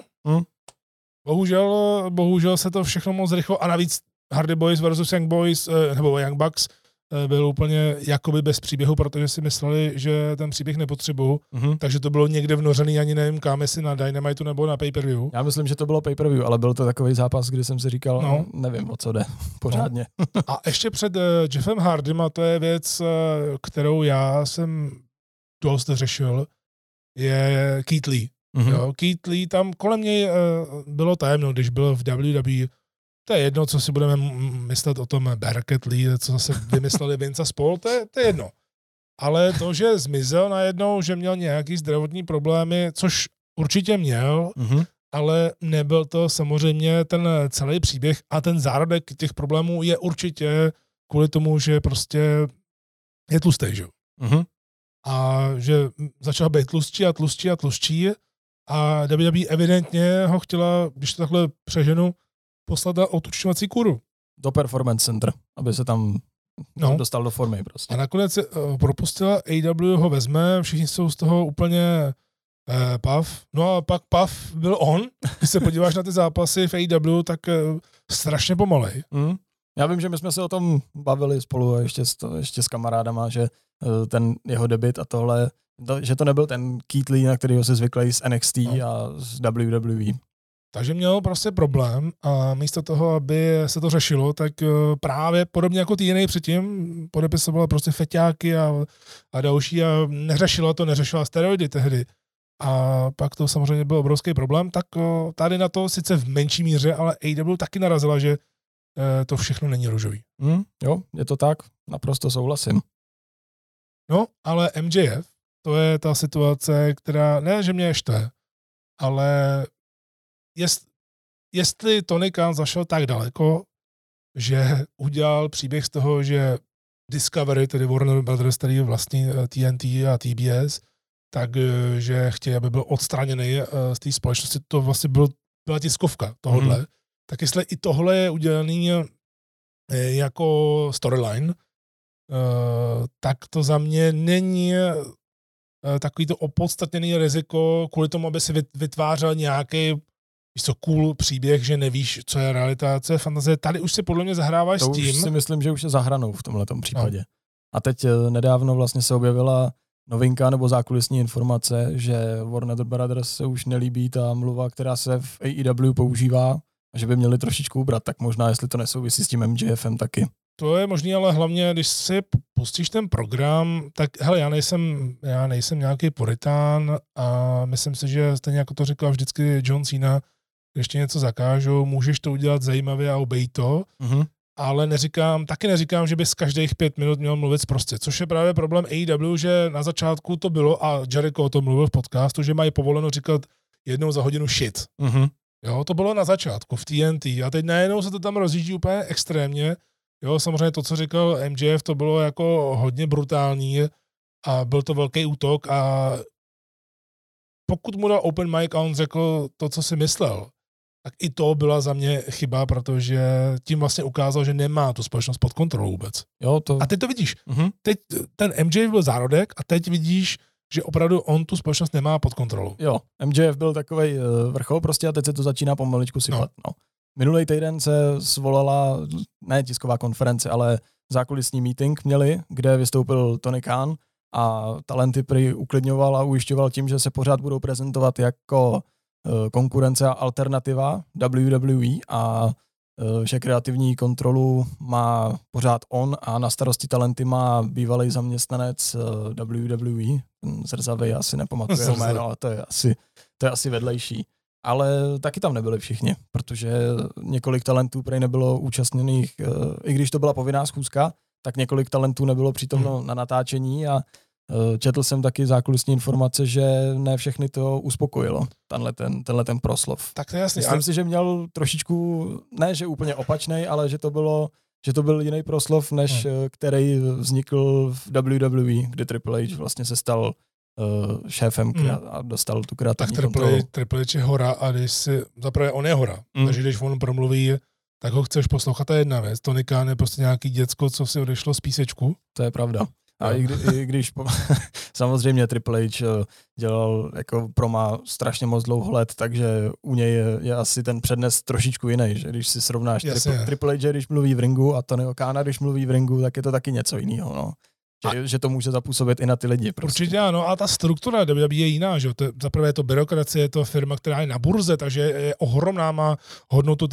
Speaker 1: Bohužel se to všechno moc rychlo a navíc Hardy Boys versus Young Boys, nebo Young Bucks byl úplně jakoby bez příběhu, protože si mysleli, že ten příběh nepotřebují, takže to bylo někde vnořený, ani nevím kam, jestli na Dynamitu nebo na pay-per-view.
Speaker 2: Já myslím, že to bylo pay-per-view, ale byl to takový zápas, kdy jsem si říkal, nevím, o co jde pořádně.
Speaker 1: A ještě před Jeffem Hardym, a to je věc, kterou já jsem dost řešil, je Keith Lee. Jo, Keith Lee, tam kolem něj bylo tajemno, když byl v WWE. To je jedno, co si budeme myslet o tom Barrett Lee, co zase vymysleli Vince a spol, to je jedno. Ale to, že zmizel najednou, že měl nějaký zdravotní problémy, což určitě měl, ale nebyl to samozřejmě ten celý příběh a ten zárodek těch problémů je určitě kvůli tomu, že prostě je tlustý, že? A že začal být tlustší a WWE evidentně ho chtěla, když to takhle přeženu, poslat na otučňovací kůru.
Speaker 2: Do Performance Center, aby se tam dostal do formy prostě.
Speaker 1: A nakonec propustila, AEW ho vezme, všichni jsou z toho úplně pav. No a pak pav byl on. Když se podíváš na ty zápasy v AEW, tak strašně pomalej.
Speaker 2: Já vím, že my jsme se o tom bavili spolu ještě s kamarádama, že ten jeho debut a tohle, že to nebyl ten Keith Lee, na kterýho se zvyklý z NXT a z WWE.
Speaker 1: Takže měl prostě problém a místo toho, aby se to řešilo, tak právě podobně jako TNA předtím podepisovala prostě feťáky a další a neřešila steroidy tehdy. A pak to samozřejmě byl obrovský problém, tak tady na to sice v menší míře, ale AEW taky narazila, že to všechno není růžový.
Speaker 2: Jo, je to tak, naprosto souhlasím.
Speaker 1: No, ale MJF, to je ta situace, která, ne, že mě štve, ale jestli Tony Khan zašel tak daleko, že udělal příběh z toho, že Discovery, tedy Warner Brothers, který vlastní TNT a TBS, takže chtějí, aby byl odstraněný z té společnosti, to vlastně byla tiskovka tohodle. Tak jestli i tohle je udělaný jako storyline, tak to za mě není takový to opodstatněný riziko kvůli tomu, aby si vytvářel nějaký cool příběh, že nevíš, co je realita, co je fantazie. Tady už si podle mě zahráváš s tím.
Speaker 2: To už si myslím, že už je za hranou v tomhletom případě. No. A teď nedávno vlastně se objevila novinka nebo zákulisní informace, že Warner Brothers se už nelíbí ta mluva, která se v AEW používá, a že by měli trošičku ubrat, tak možná, jestli to nesouvisí s tím MJFem taky.
Speaker 1: To je možný, ale hlavně, když si pustíš ten program, tak hele, já nejsem nějaký puritán a myslím si, že stejně jako to říkal vždycky John Cena, když ti něco zakážou, můžeš to udělat zajímavě a obejít to, ale taky neříkám, že bys každých 5 minut měl mluvit prostě, což je právě problém AEW, že na začátku to bylo, a Jericho o tom mluvil v podcastu, že mají povoleno říkat jednou za hodinu shit. Jo, to bylo na začátku v TNT a teď najednou se to tam rozjíždí úplně extrémně. Jo, samozřejmě to, co říkal MJF, to bylo jako hodně brutální a byl to velký útok a pokud mu dal open mic a on řekl to, co si myslel, tak i to byla za mě chyba, protože tím vlastně ukázal, že nemá tu společnost pod kontrolou vůbec.
Speaker 2: Jo,
Speaker 1: A teď to vidíš. Teď ten MJF byl zárodek a teď vidíš, že opravdu on tu společnost nemá pod kontrolou.
Speaker 2: Jo, MJF byl takovej vrchol prostě a teď se to začíná pomaličku sypat. No. Minulý týden se svolala, ne tisková konference, ale zákulisní meeting měli, kde vystoupil Tony Khan a talenty prý uklidňoval a ujišťoval tím, že se pořád budou prezentovat jako konkurence a alternativa WWE a že kreativní kontrolu má pořád on a na starosti talenty má bývalý zaměstnanec WWE, ten zrzavej, asi nepamatuji jeho jméno, ale to je asi vedlejší. Ale taky tam nebyli všichni, protože několik talentů prej nebylo účastněných, i když to byla povinná schůzka, tak několik talentů nebylo přítomno na natáčení a četl jsem taky zákulisní informace, že ne všechny to uspokojilo, tenhle ten proslov.
Speaker 1: Tak to je jasný.
Speaker 2: Myslím si, že měl trošičku, ne že úplně opačnej, ale že to byl jiný proslov, než který vznikl v WWE, kdy Triple H vlastně se stal šéfem a dostal tu kreativní kontrolu.
Speaker 1: Tak Triple H je hora a když si, zaprvé on je hora, takže když on promluví, tak ho chceš poslouchat, to je jedna věc. Tony Khan je prostě nějaký děcko, co si odešlo z písečku.
Speaker 2: To je pravda. A i když samozřejmě Triple H dělal jako proma strašně moc dlouho let, takže u něj je asi ten přednes trošičku jiný, že když si srovnáš Triple H, když mluví v ringu a Tonyho Khana, když mluví v ringu, tak je to taky něco jiného, no. Že to může zapůsobit i na ty lidi. Prostě.
Speaker 1: Určitě ano, a ta struktura WWE je jiná, že? Zaprvé je to byrokracie, je to firma, která je na burze, takže je ohromná, má hodnotu,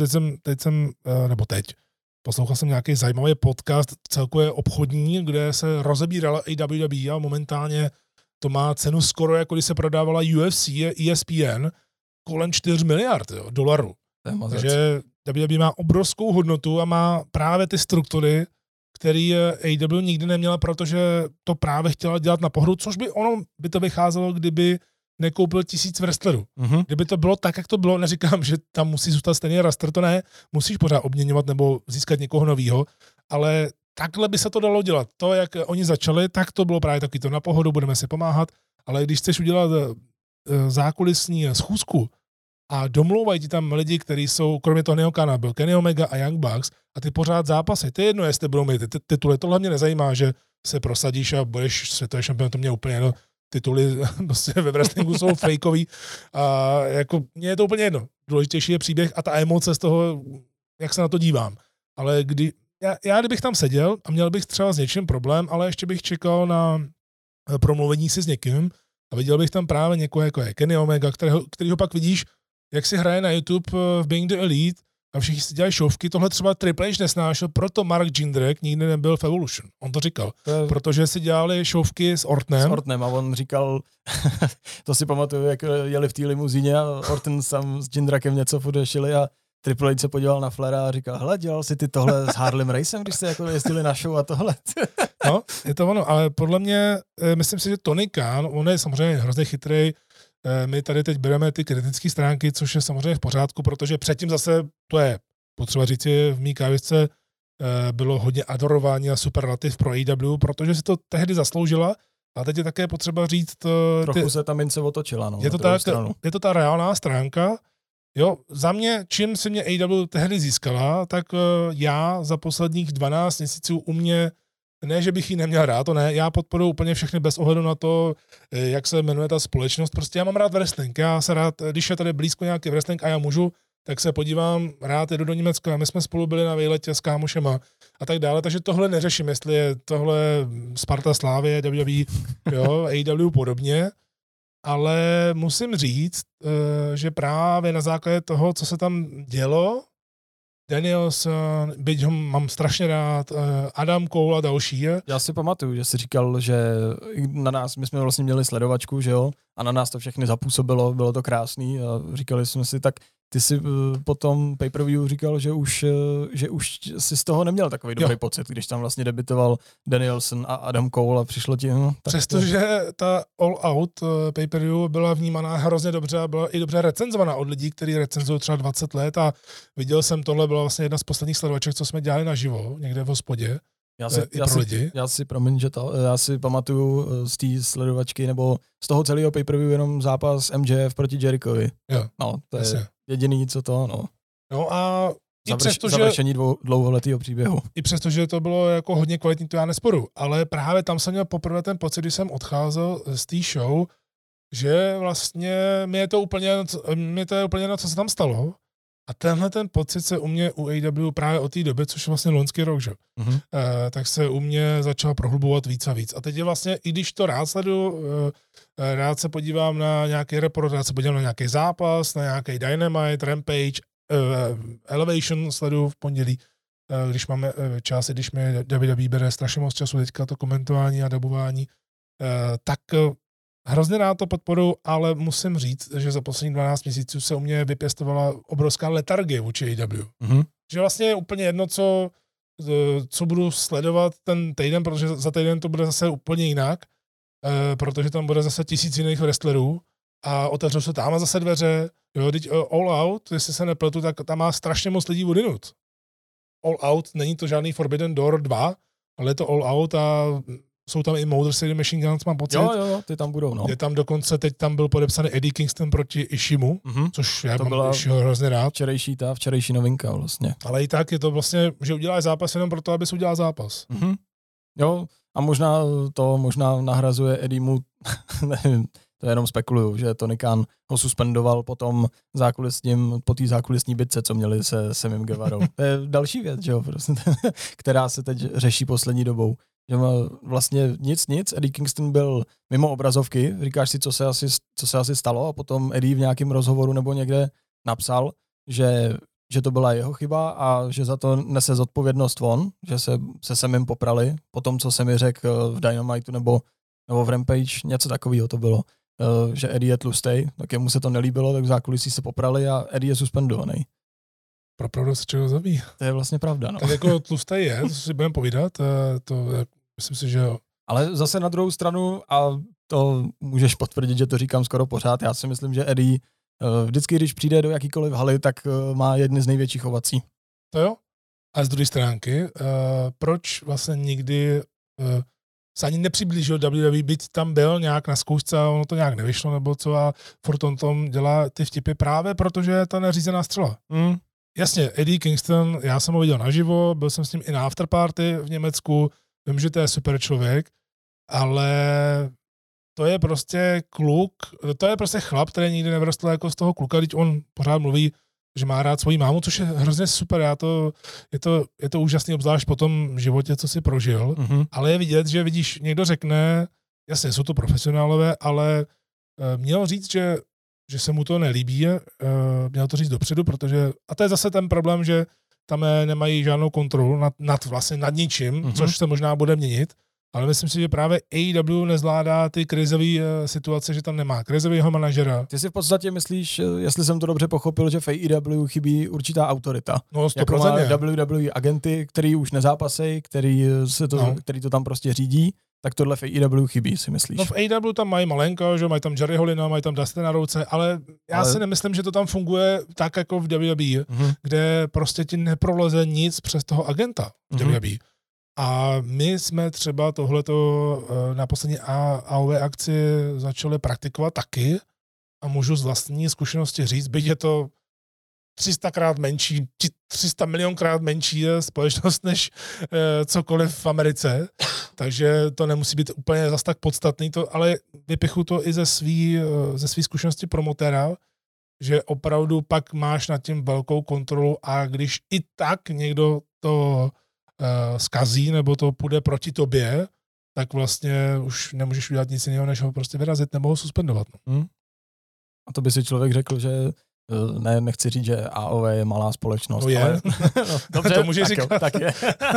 Speaker 1: teď poslouchal jsem nějaký zajímavý podcast, celkově obchodní, kde se rozebírala i WWE a momentálně to má cenu skoro, jako když se prodávala UFC, ESPN, kolem 4 miliard dolarů. Takže WWE má obrovskou hodnotu a má právě ty struktury, který AEW nikdy neměla, protože to právě chtěla dělat na pohodu, což by to vycházelo, kdyby nekoupil 1000 wrestlerů. Kdyby to bylo tak, jak to bylo, neříkám, že tam musí zůstat stejně roster, to ne, musíš pořád obměňovat nebo získat někoho novýho, ale takhle by se to dalo dělat. To, jak oni začali, tak to bylo právě taky to na pohodu, budeme si pomáhat, ale když chceš udělat zákulisní schůzku a domlouvají ti tam lidi, kteří jsou, kromě toho Tonyho Khana, byl Kenny Omega a Young Bucks, a ty pořád zápasy. To je jedno, jestli budou mít tituly. Tohle mě nezajímá, že se prosadíš a budeš světový šampion, to mě úplně jedno. Tituly prostě ve wrestlingu jsou fejkový a jako mně je to úplně jedno. Důležitější je příběh a ta emoce z toho, jak se na to dívám. Ale já kdybych tam seděl a měl bych třeba s něčím problém, ale ještě bych čekal na promluvení si s někým a viděl bych tam právě někoho, jako je Kenny Omega, kterýho pak vidíš, jak si hraje na YouTube v Being the Elite a všichni si dělají šovky. Tohle třeba Triple H nesnášel, proto Mark Jindrak nikdy nebyl v Evolution. On to říkal, protože si dělali šovky s Ortonem.
Speaker 2: S Ortonem a on říkal, to si pamatuju, jak jeli v té limuzíně a Orton sam s Jindrakem něco podešili a Triple H se podíval na Flaira a říkal, hele, dělal si ty tohle s Harlem Racem, když se jako jezdili na show a tohle.
Speaker 1: No, je to ono, ale podle mě, myslím si, že Tony Khan, on je samozřejmě hrozně chytrý. My tady teď bereme ty kritické stránky, což je samozřejmě v pořádku, protože předtím zase, to je potřeba říci, v mý kávisce bylo hodně adorování a superlativ pro AEW, protože si to tehdy zasloužila, a teď je také potřeba říct...
Speaker 2: Trochu se ta mince otočila, no.
Speaker 1: Je to ta reálná stránka. Jo, za mě, čím si mě AEW tehdy získala, tak já za posledních 12 měsíců u mě, ne, že bych ji neměl rád, to ne, já podporuji úplně všechny bez ohledu na to, jak se jmenuje ta společnost. Prostě já mám rád wrestling, já se rád, když je tady blízko nějaký wrestling a já můžu, tak se podívám, rád jedu do Německa, my jsme spolu byli na výletě s kámošema a tak dále, takže tohle neřeším, jestli je tohle Sparta Slávie, WWE, jo, AEW podobně, ale musím říct, že právě na základě toho, co se tam dělo, Danielson, byť ho mám strašně rád, Adam Cole a další.
Speaker 2: Já si pamatuju, že jsi říkal, že na nás, my jsme vlastně měli sledovačku, že jo, a na nás to všechny zapůsobilo, bylo to krásný a říkali jsme si, tak ty si po tom pay-per-view říkal, že už si z toho neměl takový dobrý pocit, když tam vlastně debitoval Danielson a Adam Cole a přišlo ti...
Speaker 1: Přestože ta All Out pay-per-view byla vnímaná hrozně dobře a byla i dobře recenzovaná od lidí, kteří recenzují třeba 20 let a viděl jsem, tohle byla vlastně jedna z posledních sledovaček, co jsme dělali naživo, někde v hospodě.
Speaker 2: Já si pamatuju z té sledovačky nebo z toho celého pay-per-view jenom zápas MJF proti Jerichovi.
Speaker 1: Jo,
Speaker 2: no, to je jediný, co to, no.
Speaker 1: No a
Speaker 2: završení dlouholetého příběhu.
Speaker 1: I přesto, že to bylo jako hodně kvalitní, to já nesporu, ale právě tam jsem měl poprvé ten pocit, když jsem odcházel z té show, že vlastně mi je to úplně jedno, co se tam stalo. A tenhle ten pocit se u mě u AEW právě od té doby, což je vlastně loňský rok, že?
Speaker 2: Mm-hmm.
Speaker 1: Tak se u mě začal prohlubovat víc a víc. A teď je vlastně, i když to rád sleduju, rád se podívám na nějaký report, rád se podívám na nějaký zápas, na nějaký Dynamite, Rampage, Elevation sleduju v pondělí, když máme čas, když mi WWE bere strašně moc času teďka to komentování a dabování, tak hrozně rád to podporu, ale musím říct, že za poslední 12 měsíců se u mě vypěstovala obrovská letargie vůči AEW.
Speaker 2: Mm-hmm.
Speaker 1: Že vlastně je úplně jedno, co budu sledovat ten týden, protože za týden to bude zase úplně jinak, protože tam bude zase 1000 jiných wrestlerů a otevřou se tam zase dveře. Jo, teď All Out, jestli se nepletu, tak tam má strašně moc lidí odinut. All Out, není to žádný Forbidden Door 2, ale je to All Out a jsou tam i Motor City Machine Guns, mám pocit.
Speaker 2: Jo, ty tam budou, no.
Speaker 1: Je tam dokonce, teď tam byl podepsaný Eddie Kingston proti Ishimu, což já mám Ishiho hrozně rád.
Speaker 2: Včerejší novinka vlastně.
Speaker 1: Ale i tak je to vlastně, že uděláš zápas jenom proto, abys udělal zápas.
Speaker 2: Mm-hmm. Jo, a možná nahrazuje Eddiemu, nevím, to jenom spekuluju, že Tony Khan ho suspendoval po té zákulisní bitce, co měli se Samim Guevarou. To je další věc, že jo, prostě, která se teď řeší poslední dobou. Že vlastně nic, Eddie Kingston byl mimo obrazovky, říkáš si, co se asi stalo a potom Eddie v nějakém rozhovoru nebo někde napsal, že to byla jeho chyba a že za to nese zodpovědnost on, že se Samim poprali, po tom, co se mi řekl v Dynamitu nebo v Rampage, něco takového to bylo, že Eddie je tlustej, tak jemu se to nelíbilo, tak v zákulisí se poprali a Eddie je suspendovaný.
Speaker 1: Pro pravdu se čeho zabíjí.
Speaker 2: To je vlastně pravda, no.
Speaker 1: Tak jako tlustej je, to si budeme povídat, to myslím si, že jo.
Speaker 2: Ale zase na druhou stranu, a to můžeš potvrdit, že to říkám skoro pořád, já si myslím, že Eddie vždycky, když přijde do jakýkoliv haly, tak má jedny z největších ovací.
Speaker 1: To jo. A z druhé stránky, proč vlastně nikdy se ani nepřiblížil WWE, byť tam byl nějak na zkoušce a ono to nějak nevyšlo, nebo co a furt on tom dělá ty vtipy právě, protože je ta neřízená střela. Jasně, Eddie Kingston, já jsem ho viděl naživo, byl jsem s ním i na afterparty v Německu, vím, že to je super člověk, ale to je prostě kluk, to je prostě chlap, který nikdy nevrostl jako z toho kluka, když on pořád mluví, že má rád svoji mámu, což je hrozně super, je to úžasný, obzvlášť po tom životě, co si prožil, ale je vidět, že vidíš, někdo řekne, jasně, jsou to profesionálové, ale měl říct, že se mu to nelíbí, měl to říct dopředu, protože, a to je zase ten problém, že tam nemají žádnou kontrolu nad ničím, což se možná bude měnit, ale myslím si, že právě AEW nezvládá ty krizové situace, že tam nemá krizového manažera.
Speaker 2: Ty si v podstatě myslíš, jestli jsem to dobře pochopil, že v AEW chybí určitá autorita.
Speaker 1: No, 100%.
Speaker 2: Jako má WWE agenty, který už nezápasejí, který to tam prostě řídí, tak tohle v AEW chybí, si myslíš?
Speaker 1: No v AEW tam mají Malenko, že mají tam Jerry Hollina, mají tam Dustina Rhodese, ale já si nemyslím, že to tam funguje tak jako v WWE, kde prostě ti neproleze nic přes toho agenta v WWE. A my jsme třeba tohleto na poslední AOV akci začali praktikovat taky a můžu z vlastní zkušenosti říct, byť je to 300 milionkrát menší společnost než cokoliv v Americe, takže to nemusí být úplně zas tak podstatný, ale vypichu to i ze svý zkušenosti promotéra, že opravdu pak máš nad tím velkou kontrolu a když i tak někdo to zkazí nebo to půjde proti tobě, tak vlastně už nemůžeš udělat nic jiného, než ho prostě vyrazit nebo ho suspendovat.
Speaker 2: A to by si člověk řekl, že nechci říct, že AOV je malá společnost.
Speaker 1: No je.
Speaker 2: Ale, dobře,
Speaker 1: to můžeš říkat.
Speaker 2: Tak je.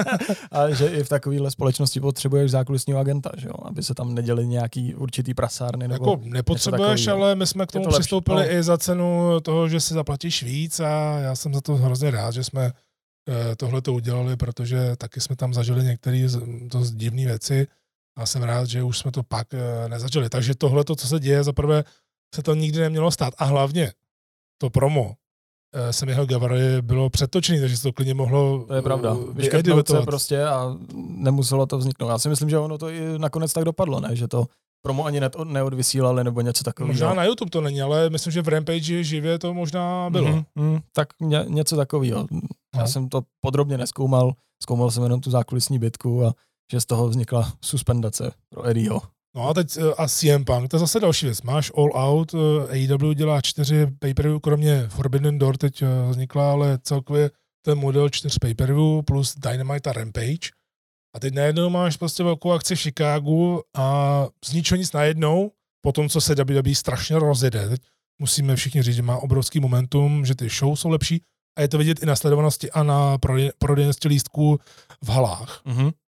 Speaker 2: A že i v takovéhle společnosti potřebuješ zákulisního agenta, že jo? Aby se tam neděli nějaký určitý prasárny. Nebo
Speaker 1: jako nepotřebuješ, ale my jsme k tomu přistoupili i za cenu toho, že si zaplatíš víc a já jsem za to hrozně rád, že jsme tohle to udělali, protože taky jsme tam zažili některé dost divné věci a jsem rád, že už jsme to pak nezažili. Takže tohle, co se děje, zaprvé se to nikdy nemělo stát a hlavně to promo Sammyho Guevary bylo předtočený, takže se to klidně mohlo
Speaker 2: to je pravda. Vyškrtnout se prostě a nemuselo to vzniknout. Já si myslím, že ono to i nakonec tak dopadlo, ne? Že to promo ani neodvysílali nebo něco takového.
Speaker 1: Možná na YouTube to není, ale myslím, že v Rampage živě to možná bylo.
Speaker 2: Tak něco takového. Já jsem to podrobně nezkoumal, zkoumal jsem jenom tu zákulisní bitku a že z toho vznikla suspendace pro Eddieho.
Speaker 1: No a teď a CM Punk, to je zase další věc. Máš All Out, AEW dělá 4 pay-per-view, kromě Forbidden Door teď vznikla, ale celkově ten model 4 pay-per-view plus Dynamite a Rampage. A teď najednou máš prostě velkou akci v Chicagu a z ničeho nic najednou, po tom, co se WWE strašně rozjede. Teď musíme všichni říct, že má obrovský momentum, že ty show jsou lepší a je to vidět i na sledovanosti a na prodejnosti lístků v halách.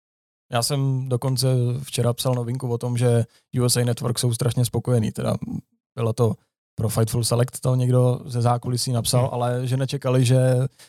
Speaker 2: Já jsem dokonce včera psal novinku o tom, že USA Network jsou strašně spokojený, teda bylo to pro Fightful Select, to někdo ze zákulisí napsal, ale že nečekali, že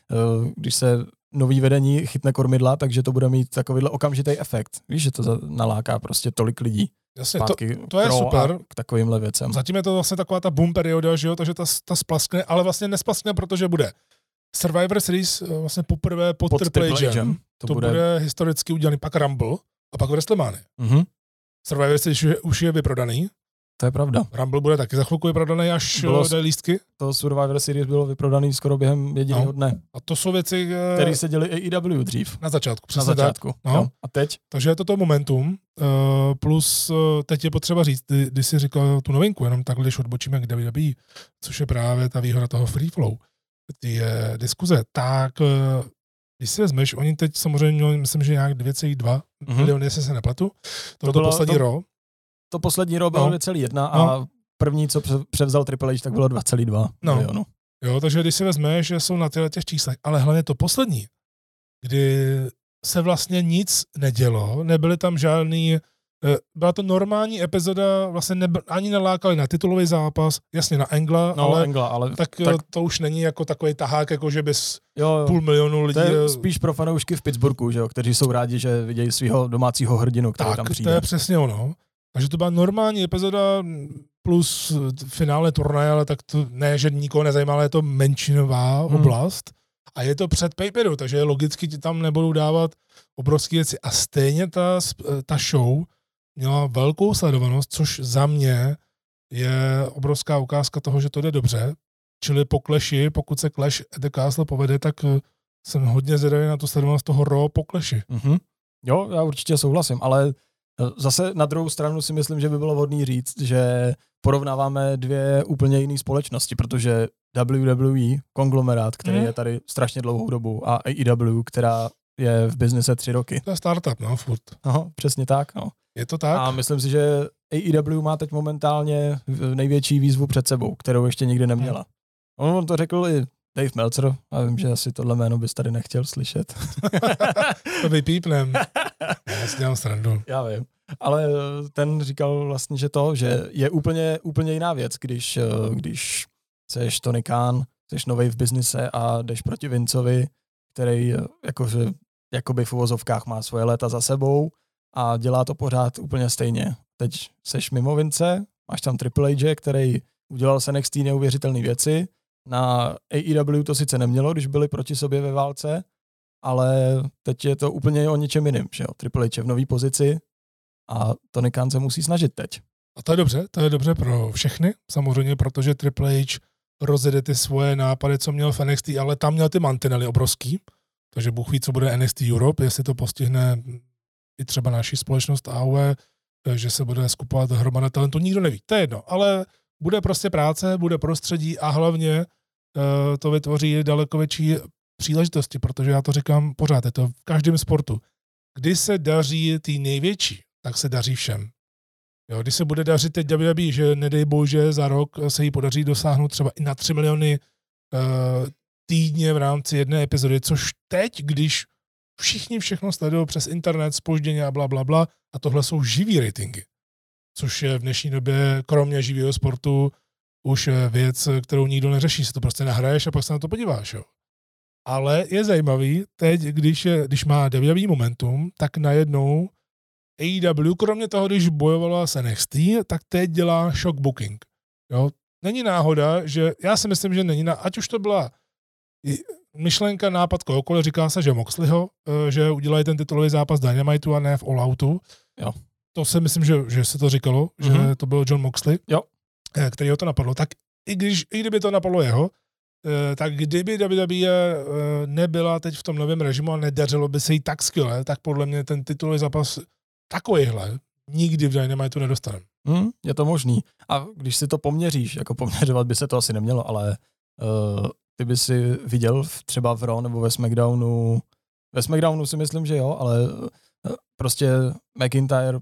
Speaker 2: když se nový vedení chytne kormidla, takže to bude mít takovýhle okamžitý efekt. Víš, že to naláká prostě tolik lidí.
Speaker 1: Jasně, to je super.
Speaker 2: K takovýmhle věcem.
Speaker 1: Zatím je to vlastně taková ta boom perioda, že jo, takže ta splaskne, ale vlastně nesplaskne, protože bude Survivor Series vlastně poprvé pod Triple H. To bude historicky udělaný, pak Rumble a pak WrestleMania. Survivor Series už je vyprodaný.
Speaker 2: To je pravda.
Speaker 1: Rumble bude taky za chvilku vyprodaný, až dají lístky.
Speaker 2: To Survivor Series bylo vyprodaný skoro během jediného dne.
Speaker 1: A to jsou věci,
Speaker 2: které se děly AEW dřív.
Speaker 1: Na začátku, přesně
Speaker 2: na začátku.
Speaker 1: Tak. No.
Speaker 2: A teď?
Speaker 1: Takže je to momentum, plus teď je potřeba říct, když jsi říkal tu novinku, jenom takhle, když odbočíme k WWE, což je právě ta výhoda toho free flow, ty diskuze, tak když si vezmeš, oni teď samozřejmě měli, myslím, že nějak 2,2 miliony, jestli se nepletu, to bylo poslední Raw.
Speaker 2: To poslední Raw bylo 2,1 a první, co převzal Triple H, tak bylo 2,2 milionu.
Speaker 1: Jo, takže když si vezmeš, že jsou na těch číslech, ale hlavně to poslední, kdy se vlastně nic nedělo, nebyly tam žádný, byla to normální epizoda, vlastně ani nelákali na titulový zápas, jasně na Angla, ale tak to už není jako takový tahák, jako že bys 500 000 lidí.
Speaker 2: To je spíš pro fanoušky v Pittsburghu, že jo, kteří jsou rádi, že vidějí svého domácího hrdinu, který tam přijde.
Speaker 1: To je přesně ono. Takže to byla normální epizoda plus finále turnaje, ale tak to ne, že nikoho nezajímá, ale je to menšinová oblast a je to před pay-per-view, takže logicky ti tam nebudou dávat obrovské věci. A stejně ta show měla velkou sledovanost, což za mě je obrovská ukázka toho, že to jde dobře. Čili po Clashi, pokud se Clash at the Castle povede, tak jsem hodně zvědavý na tu sledovanost toho Raw po Clashi.
Speaker 2: Jo, já určitě souhlasím, ale Zase na druhou stranu si myslím, že by bylo vhodný říct, že porovnáváme dvě úplně jiné společnosti, protože WWE, konglomerát, který je tady strašně dlouhou dobu, a AEW, která je v biznise 3 roky.
Speaker 1: To je startup, no, furt.
Speaker 2: Aha, přesně tak, no.
Speaker 1: Je to tak?
Speaker 2: A myslím si, že AEW má teď momentálně největší výzvu před sebou, kterou ještě nikdy neměla. On to řekl i Dave Meltzer, a vím, že asi tohle jméno bys tady nechtěl slyšet.
Speaker 1: To vypípnem. Já si dělám srandu.
Speaker 2: Já vím. Ale ten říkal vlastně, že je úplně jiná věc, když seš Tony Khan, seš novej v biznise a jdeš proti Vincovi, který jakoby v uvozovkách má svoje léta za sebou a dělá to pořád úplně stejně. Teď seš mimo Vince, máš tam Triple H, který udělal se NXT neuvěřitelné věci. Na AEW to sice nemělo, když byli proti sobě ve válce, ale teď je to úplně o něčem jiném, že jo. Triple H je v nový pozici a Tony Khan se musí snažit teď.
Speaker 1: A to je dobře pro všechny, samozřejmě, protože Triple H rozjede ty svoje nápady, co měl v NXT, ale tam měl ty mantinely obrovský, takže Bůh ví, co bude NXT Europe, jestli to postihne i třeba naši společnost AOE, že se bude skupovat hromada talentu, nikdo neví, to je jedno, ale bude prostě práce, bude prostředí a hlavně to vytvoří daleko větší příležitosti, protože já to říkám pořád, je to v každém sportu. Když se daří ty největší, tak se daří všem. Jo, když se bude dařit teď WWE, že nedej bože za rok se jí podaří dosáhnout třeba i na 3 miliony týdně v rámci jedné epizody, což teď, když všichni všechno sledují přes internet, zpožděně a blablabla, a tohle jsou živý ratingy, což je v dnešní době, kromě živého sportu, už věc, kterou nikdo neřeší, si to prostě nahraješ a pak se na to podíváš. Jo. Ale je zajímavý, teď, když má WWE momentum, tak najednou AEW, kromě toho, když bojovala s NXT, tak teď dělá shock booking. Jo? Není náhoda, že já si myslím, že není ať už to byla myšlenka, nápad kohokoliv, říká se, že Moxleyho, že udělají ten titulový zápas Dynamitu a ne v All Outu.
Speaker 2: Jo.
Speaker 1: To si myslím, že se to říkalo, že to byl John Moxley, který ho to napadlo. Tak i kdyby to napadlo jeho, tak kdyby WWE nebyla teď v tom novém režimu a nedařilo by se jí tak skvěle, tak podle mě ten titulový zápas takovýhle nikdy v Dynamitu nedostaneme.
Speaker 2: Je to možný. A když si to poměříš, jako poměřovat by se to asi nemělo, ale ty by si viděl třeba v Raw nebo ve SmackDownu. Ve SmackDownu si myslím, že jo, ale prostě McIntyre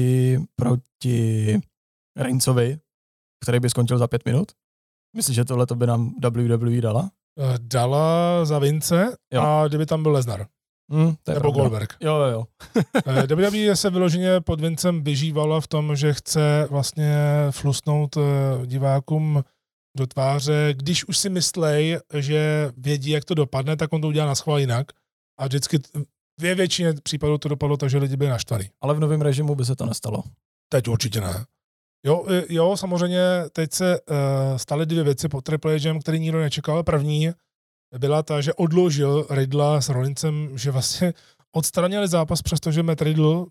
Speaker 2: proti Reignsovi, který by skončil za 5 minut. Myslíš, že tohle to by nám WWE dala?
Speaker 1: Dala za Vince, jo. A kdyby tam byl Lesnar. Nebo Goldberg.
Speaker 2: Jo.
Speaker 1: WWE se vyloženě pod Vincem vyžívala v tom, že chce vlastně flusnout divákům do tváře, když už si myslej, že vědí, jak to dopadne, tak on to udělá naschvál jinak. A vždycky ve většině případů to dopadlo tak, že lidi byli naštvaný.
Speaker 2: Ale v novém režimu by se to nestalo.
Speaker 1: Teď určitě ne. Jo, samozřejmě teď se staly 2 věci po Triple H'em, který nikdo nečekal. První byla ta, že odložil Riddla s Rollinsem, že vlastně odstranili zápas, přestože Matt Riddle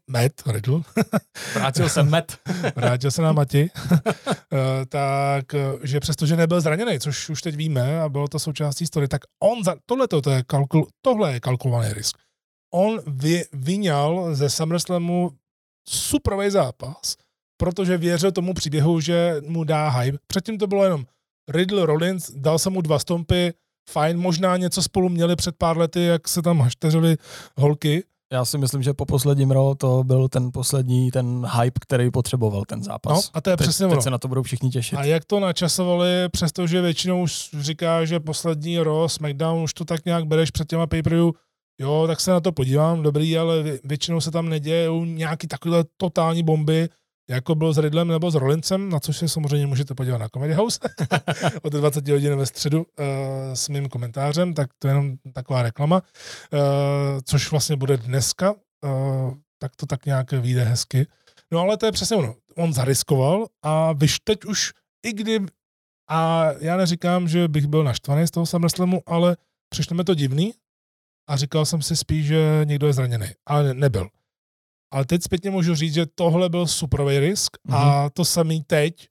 Speaker 1: vrátil se na Mati, tak, že přestože nebyl zraněný, což už teď víme a bylo to součástí story, tak on tohle je kalkulovaný risk. On vyňal ze SummerSlamu superový zápas, protože věřil tomu příběhu, že mu dá hype. Předtím to bylo jenom Riddle Rollins, dal jsem mu 2 stompy, fajn, možná něco spolu měli před pár lety, jak se tam hašteřili holky.
Speaker 2: Já si myslím, že po posledním Raw to byl ten hype, který potřeboval ten zápas.
Speaker 1: No, a to je přesně ono.
Speaker 2: Teď se na to budou všichni těšit.
Speaker 1: A jak to načasovali, přestože většinou už říká, že poslední Raw, SmackDown, už to tak nějak bereš před těma pay-per-view, jo, tak se na to podívám, dobrý, ale většinou se tam nedějou nějaký takovýhle totální bomby, jako byl s Riddlem nebo s Rollinsem, na což se samozřejmě můžete podívat na Comedy House od 20 hodin ve středu s mým komentářem, tak to je jenom taková reklama, což vlastně bude dneska, tak to tak nějak vyjde hezky. No ale to je přesně ono. On zariskoval a víš, teď už i kdy, a já neříkám, že bych byl naštvaný z toho SummerSlamu, ale přišlo mi to divný a říkal jsem si spíš, že někdo je zraněný, ale nebyl. Ale teď zpětně můžu říct, že tohle byl superový risk a to samý teď,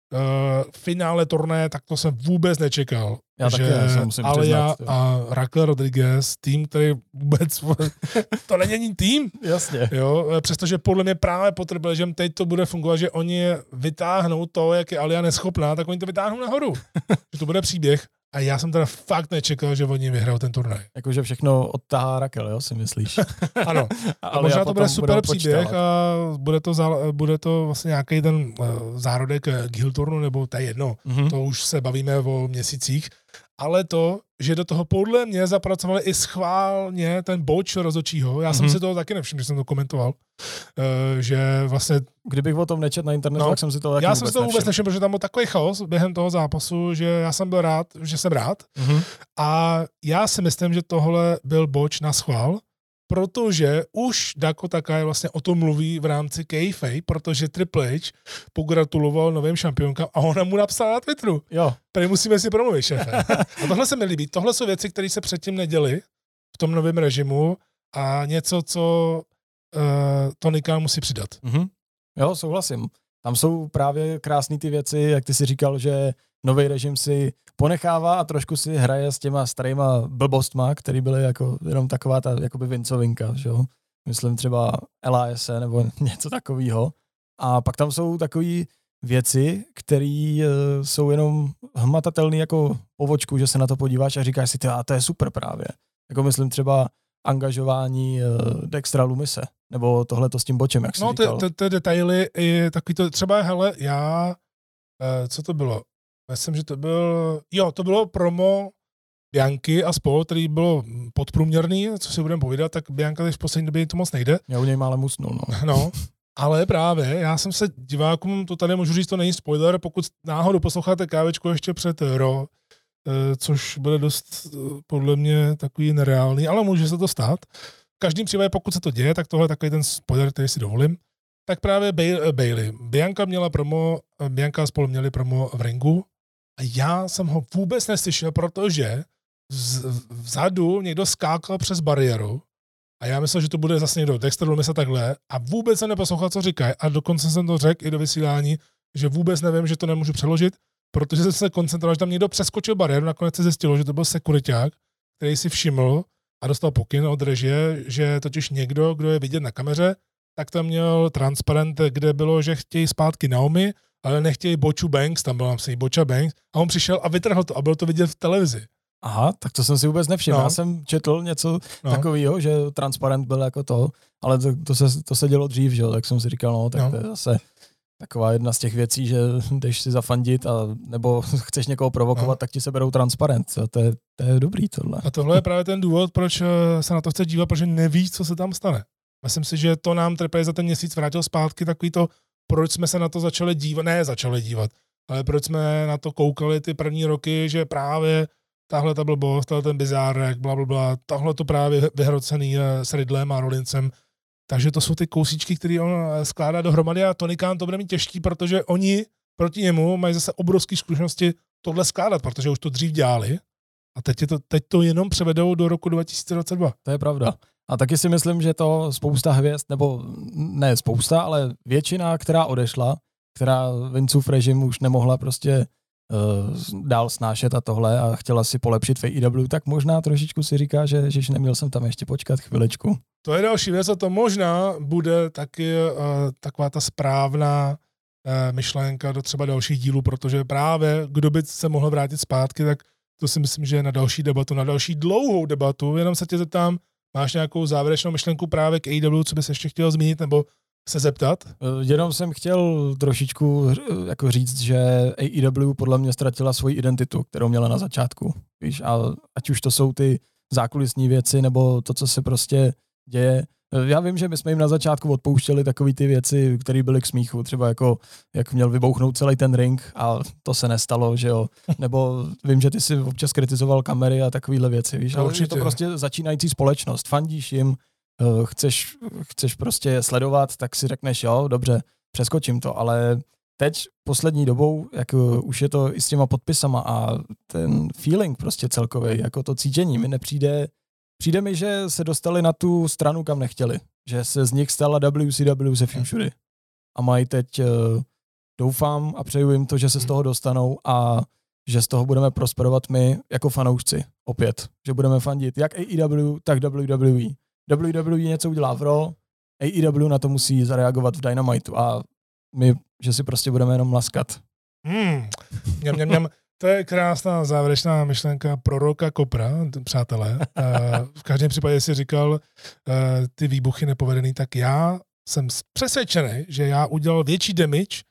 Speaker 1: finále turnaje, tak to jsem vůbec nečekal.
Speaker 2: Já taky musím
Speaker 1: Alia
Speaker 2: přiznat.
Speaker 1: A Raquel Rodriguez, tým, který vůbec, to není tým.
Speaker 2: Jasně.
Speaker 1: Jo, přestože podle mě právě po Triple teď to bude fungovat, že oni vytáhnou to, jak je Alia neschopná, tak oni to vytáhnou nahoru. Že to bude příběh. A já jsem teda fakt nečekal, že oni vyhrajou ten turnaj.
Speaker 2: Jakože všechno odtahá Raquel, jo, si myslíš?
Speaker 1: Ano. A možná to bude super příběh a bude to vlastně nějaký ten zárodek k Hill turnu, nebo to je jedno. To už se bavíme o měsících. Ale to, že do toho podle mě zapracovali i schválně ten boč rozhodčího. Já jsem si toho taky nevšiml, když jsem to komentoval. Že vlastně...
Speaker 2: Kdybych o tom nečet na internetu, tak jsem si to taky
Speaker 1: Já jsem si to vůbec nevšiml, protože tam byl takový chaos během toho zápasu, že já jsem byl rád, že jsem rád. A já si myslím, že tohle byl boč na schvál, protože už Dakota Kai vlastně o tom mluví v rámci kayfabe, protože Triple H pogratuloval novým šampionkám a ona mu napsala na Twitteru.
Speaker 2: Jo.
Speaker 1: Tady musíme si promluvit, šéfe. A tohle se mi líbí. Tohle jsou věci, které se předtím neděly v tom novém režimu a něco, co Tony Khan musí přidat.
Speaker 2: Jo, souhlasím. Tam jsou právě krásné ty věci, jak ty si říkal, že nový režim si ponechává a trošku si hraje s těma starýma blbostma, který byly jako jenom taková ta jakoby vincovinka, že jo. Myslím třeba LAS nebo něco takového. A pak tam jsou takové věci, které jsou jenom hmatatelné jako po očku, že se na to podíváš a říkáš si, to je super právě. Jako myslím třeba angažování Dextra Lumise, nebo tohleto s tím bočem, jak jsi říkal.
Speaker 1: No, ty detaily, takový to, třeba, hele, co to bylo? Myslím, že to bylo promo Bianky a spol, který bylo podprůměrný, co si budeme povídat, tak Bianka teď v poslední době to moc nejde.
Speaker 2: Já u něj málem usnul, no.
Speaker 1: No, ale právě, já jsem se divákům, to tady můžu říct, to není spoiler, pokud náhodou posloucháte Kávečku ještě před Raw, což bude dost podle mě takový nereálný, ale může se to stát. V každém případě, pokud se to děje, tak tohle je takový ten spoiler, který si dovolím. Tak právě Bayley. Bianka měla promo, Bianka a spolu měli promo v ringu a já jsem ho vůbec neslyšel, protože vzadu někdo skákal přes bariéru a já myslel, že to bude zase někdo Dexter Lumis a takhle a vůbec jsem neposlouchal, co říkají a dokonce jsem to řekl i do vysílání, že vůbec nevím, že to nemůžu přeložit, protože jsem se koncentroval, že tam někdo přeskočil bariéru, nakonec se zjistilo, že to byl sekuriťák, který si všiml a dostal pokyn od režie, že totiž někdo, kdo je vidět na kameře, tak tam měl transparent, kde bylo, že chtějí zpátky Naomi, ale nechtějí Boču Banks, tam byla si Boča Banks a on přišel a vytrhl to a bylo to vidět v televizi.
Speaker 2: Aha, tak to jsem si vůbec nevšiml. No. Já jsem četl něco takového, že transparent byl jako to, ale to se dělo dřív, že jo, tak jsem si říkal, tak to je zase taková jedna z těch věcí, že jdeš si zafandit a nebo chceš někoho provokovat, tak ti se berou transparent. To je dobrý tohle.
Speaker 1: A tohle je právě ten důvod, proč se na to chce dívat, protože neví, co se tam stane. Myslím si, že to nám Triple za ten měsíc vrátil zpátky takový to, proč jsme se na to začali dívat, ale proč jsme na to koukali ty první roky, že právě tahle ta blbost, tahle ten bizárek, blablabla, tahle to právě vyhrocený s Riddlem a Rollinsem. Takže to jsou ty kousíčky, které on skládá dohromady a Tony Khan to bude mít těžký, protože oni proti němu mají zase obrovské zkušenosti tohle skládat, protože už to dřív dělali a teď to jenom převedou do roku 2022.
Speaker 2: To je pravda. A taky si myslím, že to spousta hvězd, nebo ne spousta, ale většina, která odešla, která Vinceův režim už nemohla prostě dál snášet a tohle a chtěla si polepšit v AEW, tak možná trošičku si říká, že neměl jsem tam ještě počkat chviličku.
Speaker 1: To je další věc a to možná bude taky taková ta správná myšlenka do třeba dalších dílů, protože právě kdo by se mohl vrátit zpátky, tak to si myslím, že je na další debatu, na další dlouhou debatu. Jenom se tě zeptám, máš nějakou závěrečnou myšlenku právě k AEW, co bys ještě chtěl zmínit nebo se zeptat?
Speaker 2: Jenom jsem chtěl trošičku jako říct, že AEW podle mě ztratila svoji identitu, kterou měla na začátku. Víš, a ať už to jsou ty zákulisní věci, nebo to, co se prostě děje. Já vím, že my jsme jim na začátku odpouštěli takové ty věci, které byly k smíchu, třeba jako jak měl vybouchnout celý ten ring a to se nestalo, že jo. Nebo vím, že ty si občas kritizoval kamery a takovéhle věci, víš, ale je to prostě začínající společnost. Fandíš jim, chceš prostě sledovat, tak si řekneš, jo, dobře, přeskočím to, ale teď poslední dobou, jak už je to i s těma podpisama a ten feeling prostě celkový, jako to cítění, mi přijde mi, že se dostali na tu stranu, kam nechtěli. Že se z nich stala WCW se vším všudy. A mají teď doufám a přeju jim to, že se z toho dostanou a že z toho budeme prosperovat my jako fanoušci opět. Že budeme fandit jak AEW, tak WWE. WWE něco udělá v Raw, AEW na to musí zareagovat v Dynamitu a my, že si prostě budeme jenom laskat.
Speaker 1: To je krásná závěrečná myšlenka proroka Kopra, přátelé. V každém případě si říkal ty výbuchy nepovedený, tak já jsem přesvědčený, že já udělal větší damage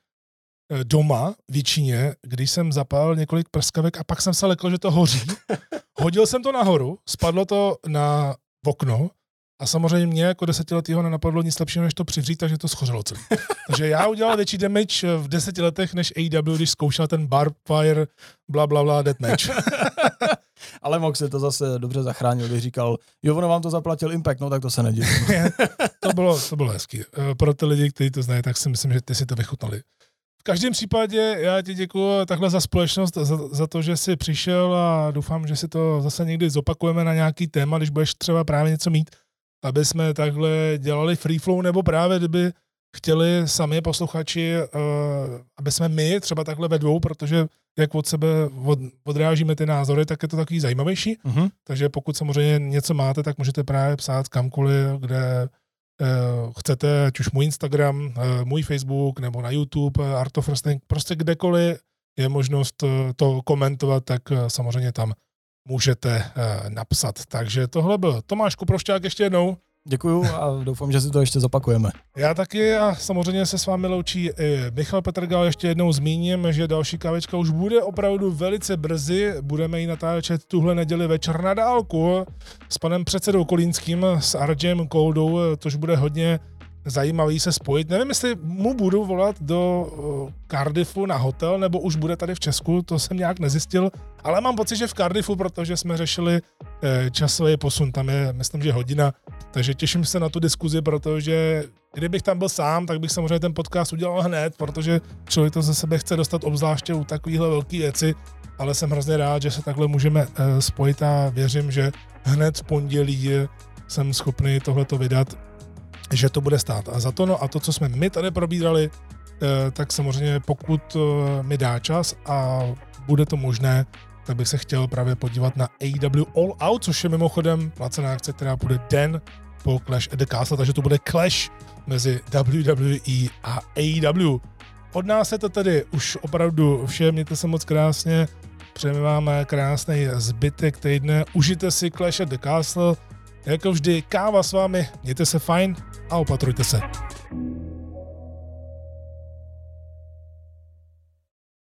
Speaker 1: doma v Číně, když jsem zapálil několik prskavek a pak jsem se lekl, že to hoří. Hodil jsem to nahoru, spadlo to na okno a samozřejmě mě jako 10letýho nenapadlo nic lepšího, než to přivřít, takže to schořelo celý. Takže já udělal větší damage v 10 letech než AEW, když zkoušel ten Barbfire bla deathmatch.
Speaker 2: Ale Mox se to zase dobře zachránil, když říkal, jo, ono vám to zaplatil Impact, no tak to se nedivím.
Speaker 1: to bylo hezký. Pro ty lidi, kteří to znají, tak si myslím, že ty si to vychutnali. V každém případě já ti děkuji takhle za společnost, za to, že jsi přišel a doufám, že si to zase někdy zopakujeme na nějaký téma, když budeš třeba právě něco mít, aby jsme takhle dělali free flow, nebo právě kdyby chtěli sami posluchači, aby jsme my třeba takhle ve dvou, protože jak od sebe odrážíme ty názory, tak je to takový zajímavější. Mm-hmm. Takže pokud samozřejmě něco máte, tak můžete právě psát kamkoliv, kde chcete, ať už můj Instagram, můj Facebook, nebo na YouTube, Art of Wrestling, prostě kdekoliv je možnost to komentovat, tak samozřejmě tam můžete napsat. Takže tohle byl Tomáš Kuprošťák ještě jednou.
Speaker 2: Děkuju a doufám, že si to ještě zopakujeme.
Speaker 1: Já taky a samozřejmě se s vámi loučí i Michal Petrgal. Ještě jednou zmíním, že další kávečka už bude opravdu velice brzy. Budeme ji natáčet tuhle neděli večer na dálku s panem předsedou Kolínským, s RJem Coldou, což bude hodně zajímavý se spojit. Nevím, jestli mu budu volat do Cardiffu na hotel, nebo už bude tady v Česku, to jsem nějak nezjistil, ale mám pocit, že v Cardiffu, protože jsme řešili časový posun, tam je, myslím, že hodina, takže těším se na tu diskuzi, protože kdybych tam byl sám, tak bych samozřejmě ten podcast udělal hned, protože člověk to ze sebe chce dostat obzvláště u takovýhle velký věci, ale jsem hrozně rád, že se takhle můžeme spojit a věřím, že hned v pondělí jsem schopný tohleto vydat, že to bude stát. A za to, no a to, co jsme my tady probírali, tak samozřejmě pokud mi dá čas a bude to možné, tak bych se chtěl právě podívat na AEW All Out, což je mimochodem placená akce, která bude den po Clash at the Castle, takže to bude clash mezi WWE a AEW. Od nás je to tedy už opravdu vše, mějte se moc krásně, přejeme vám krásný zbytek týdne, užijte si Clash at the Castle, jako vždy káva s vámi, mějte se fajn a opatrujte se.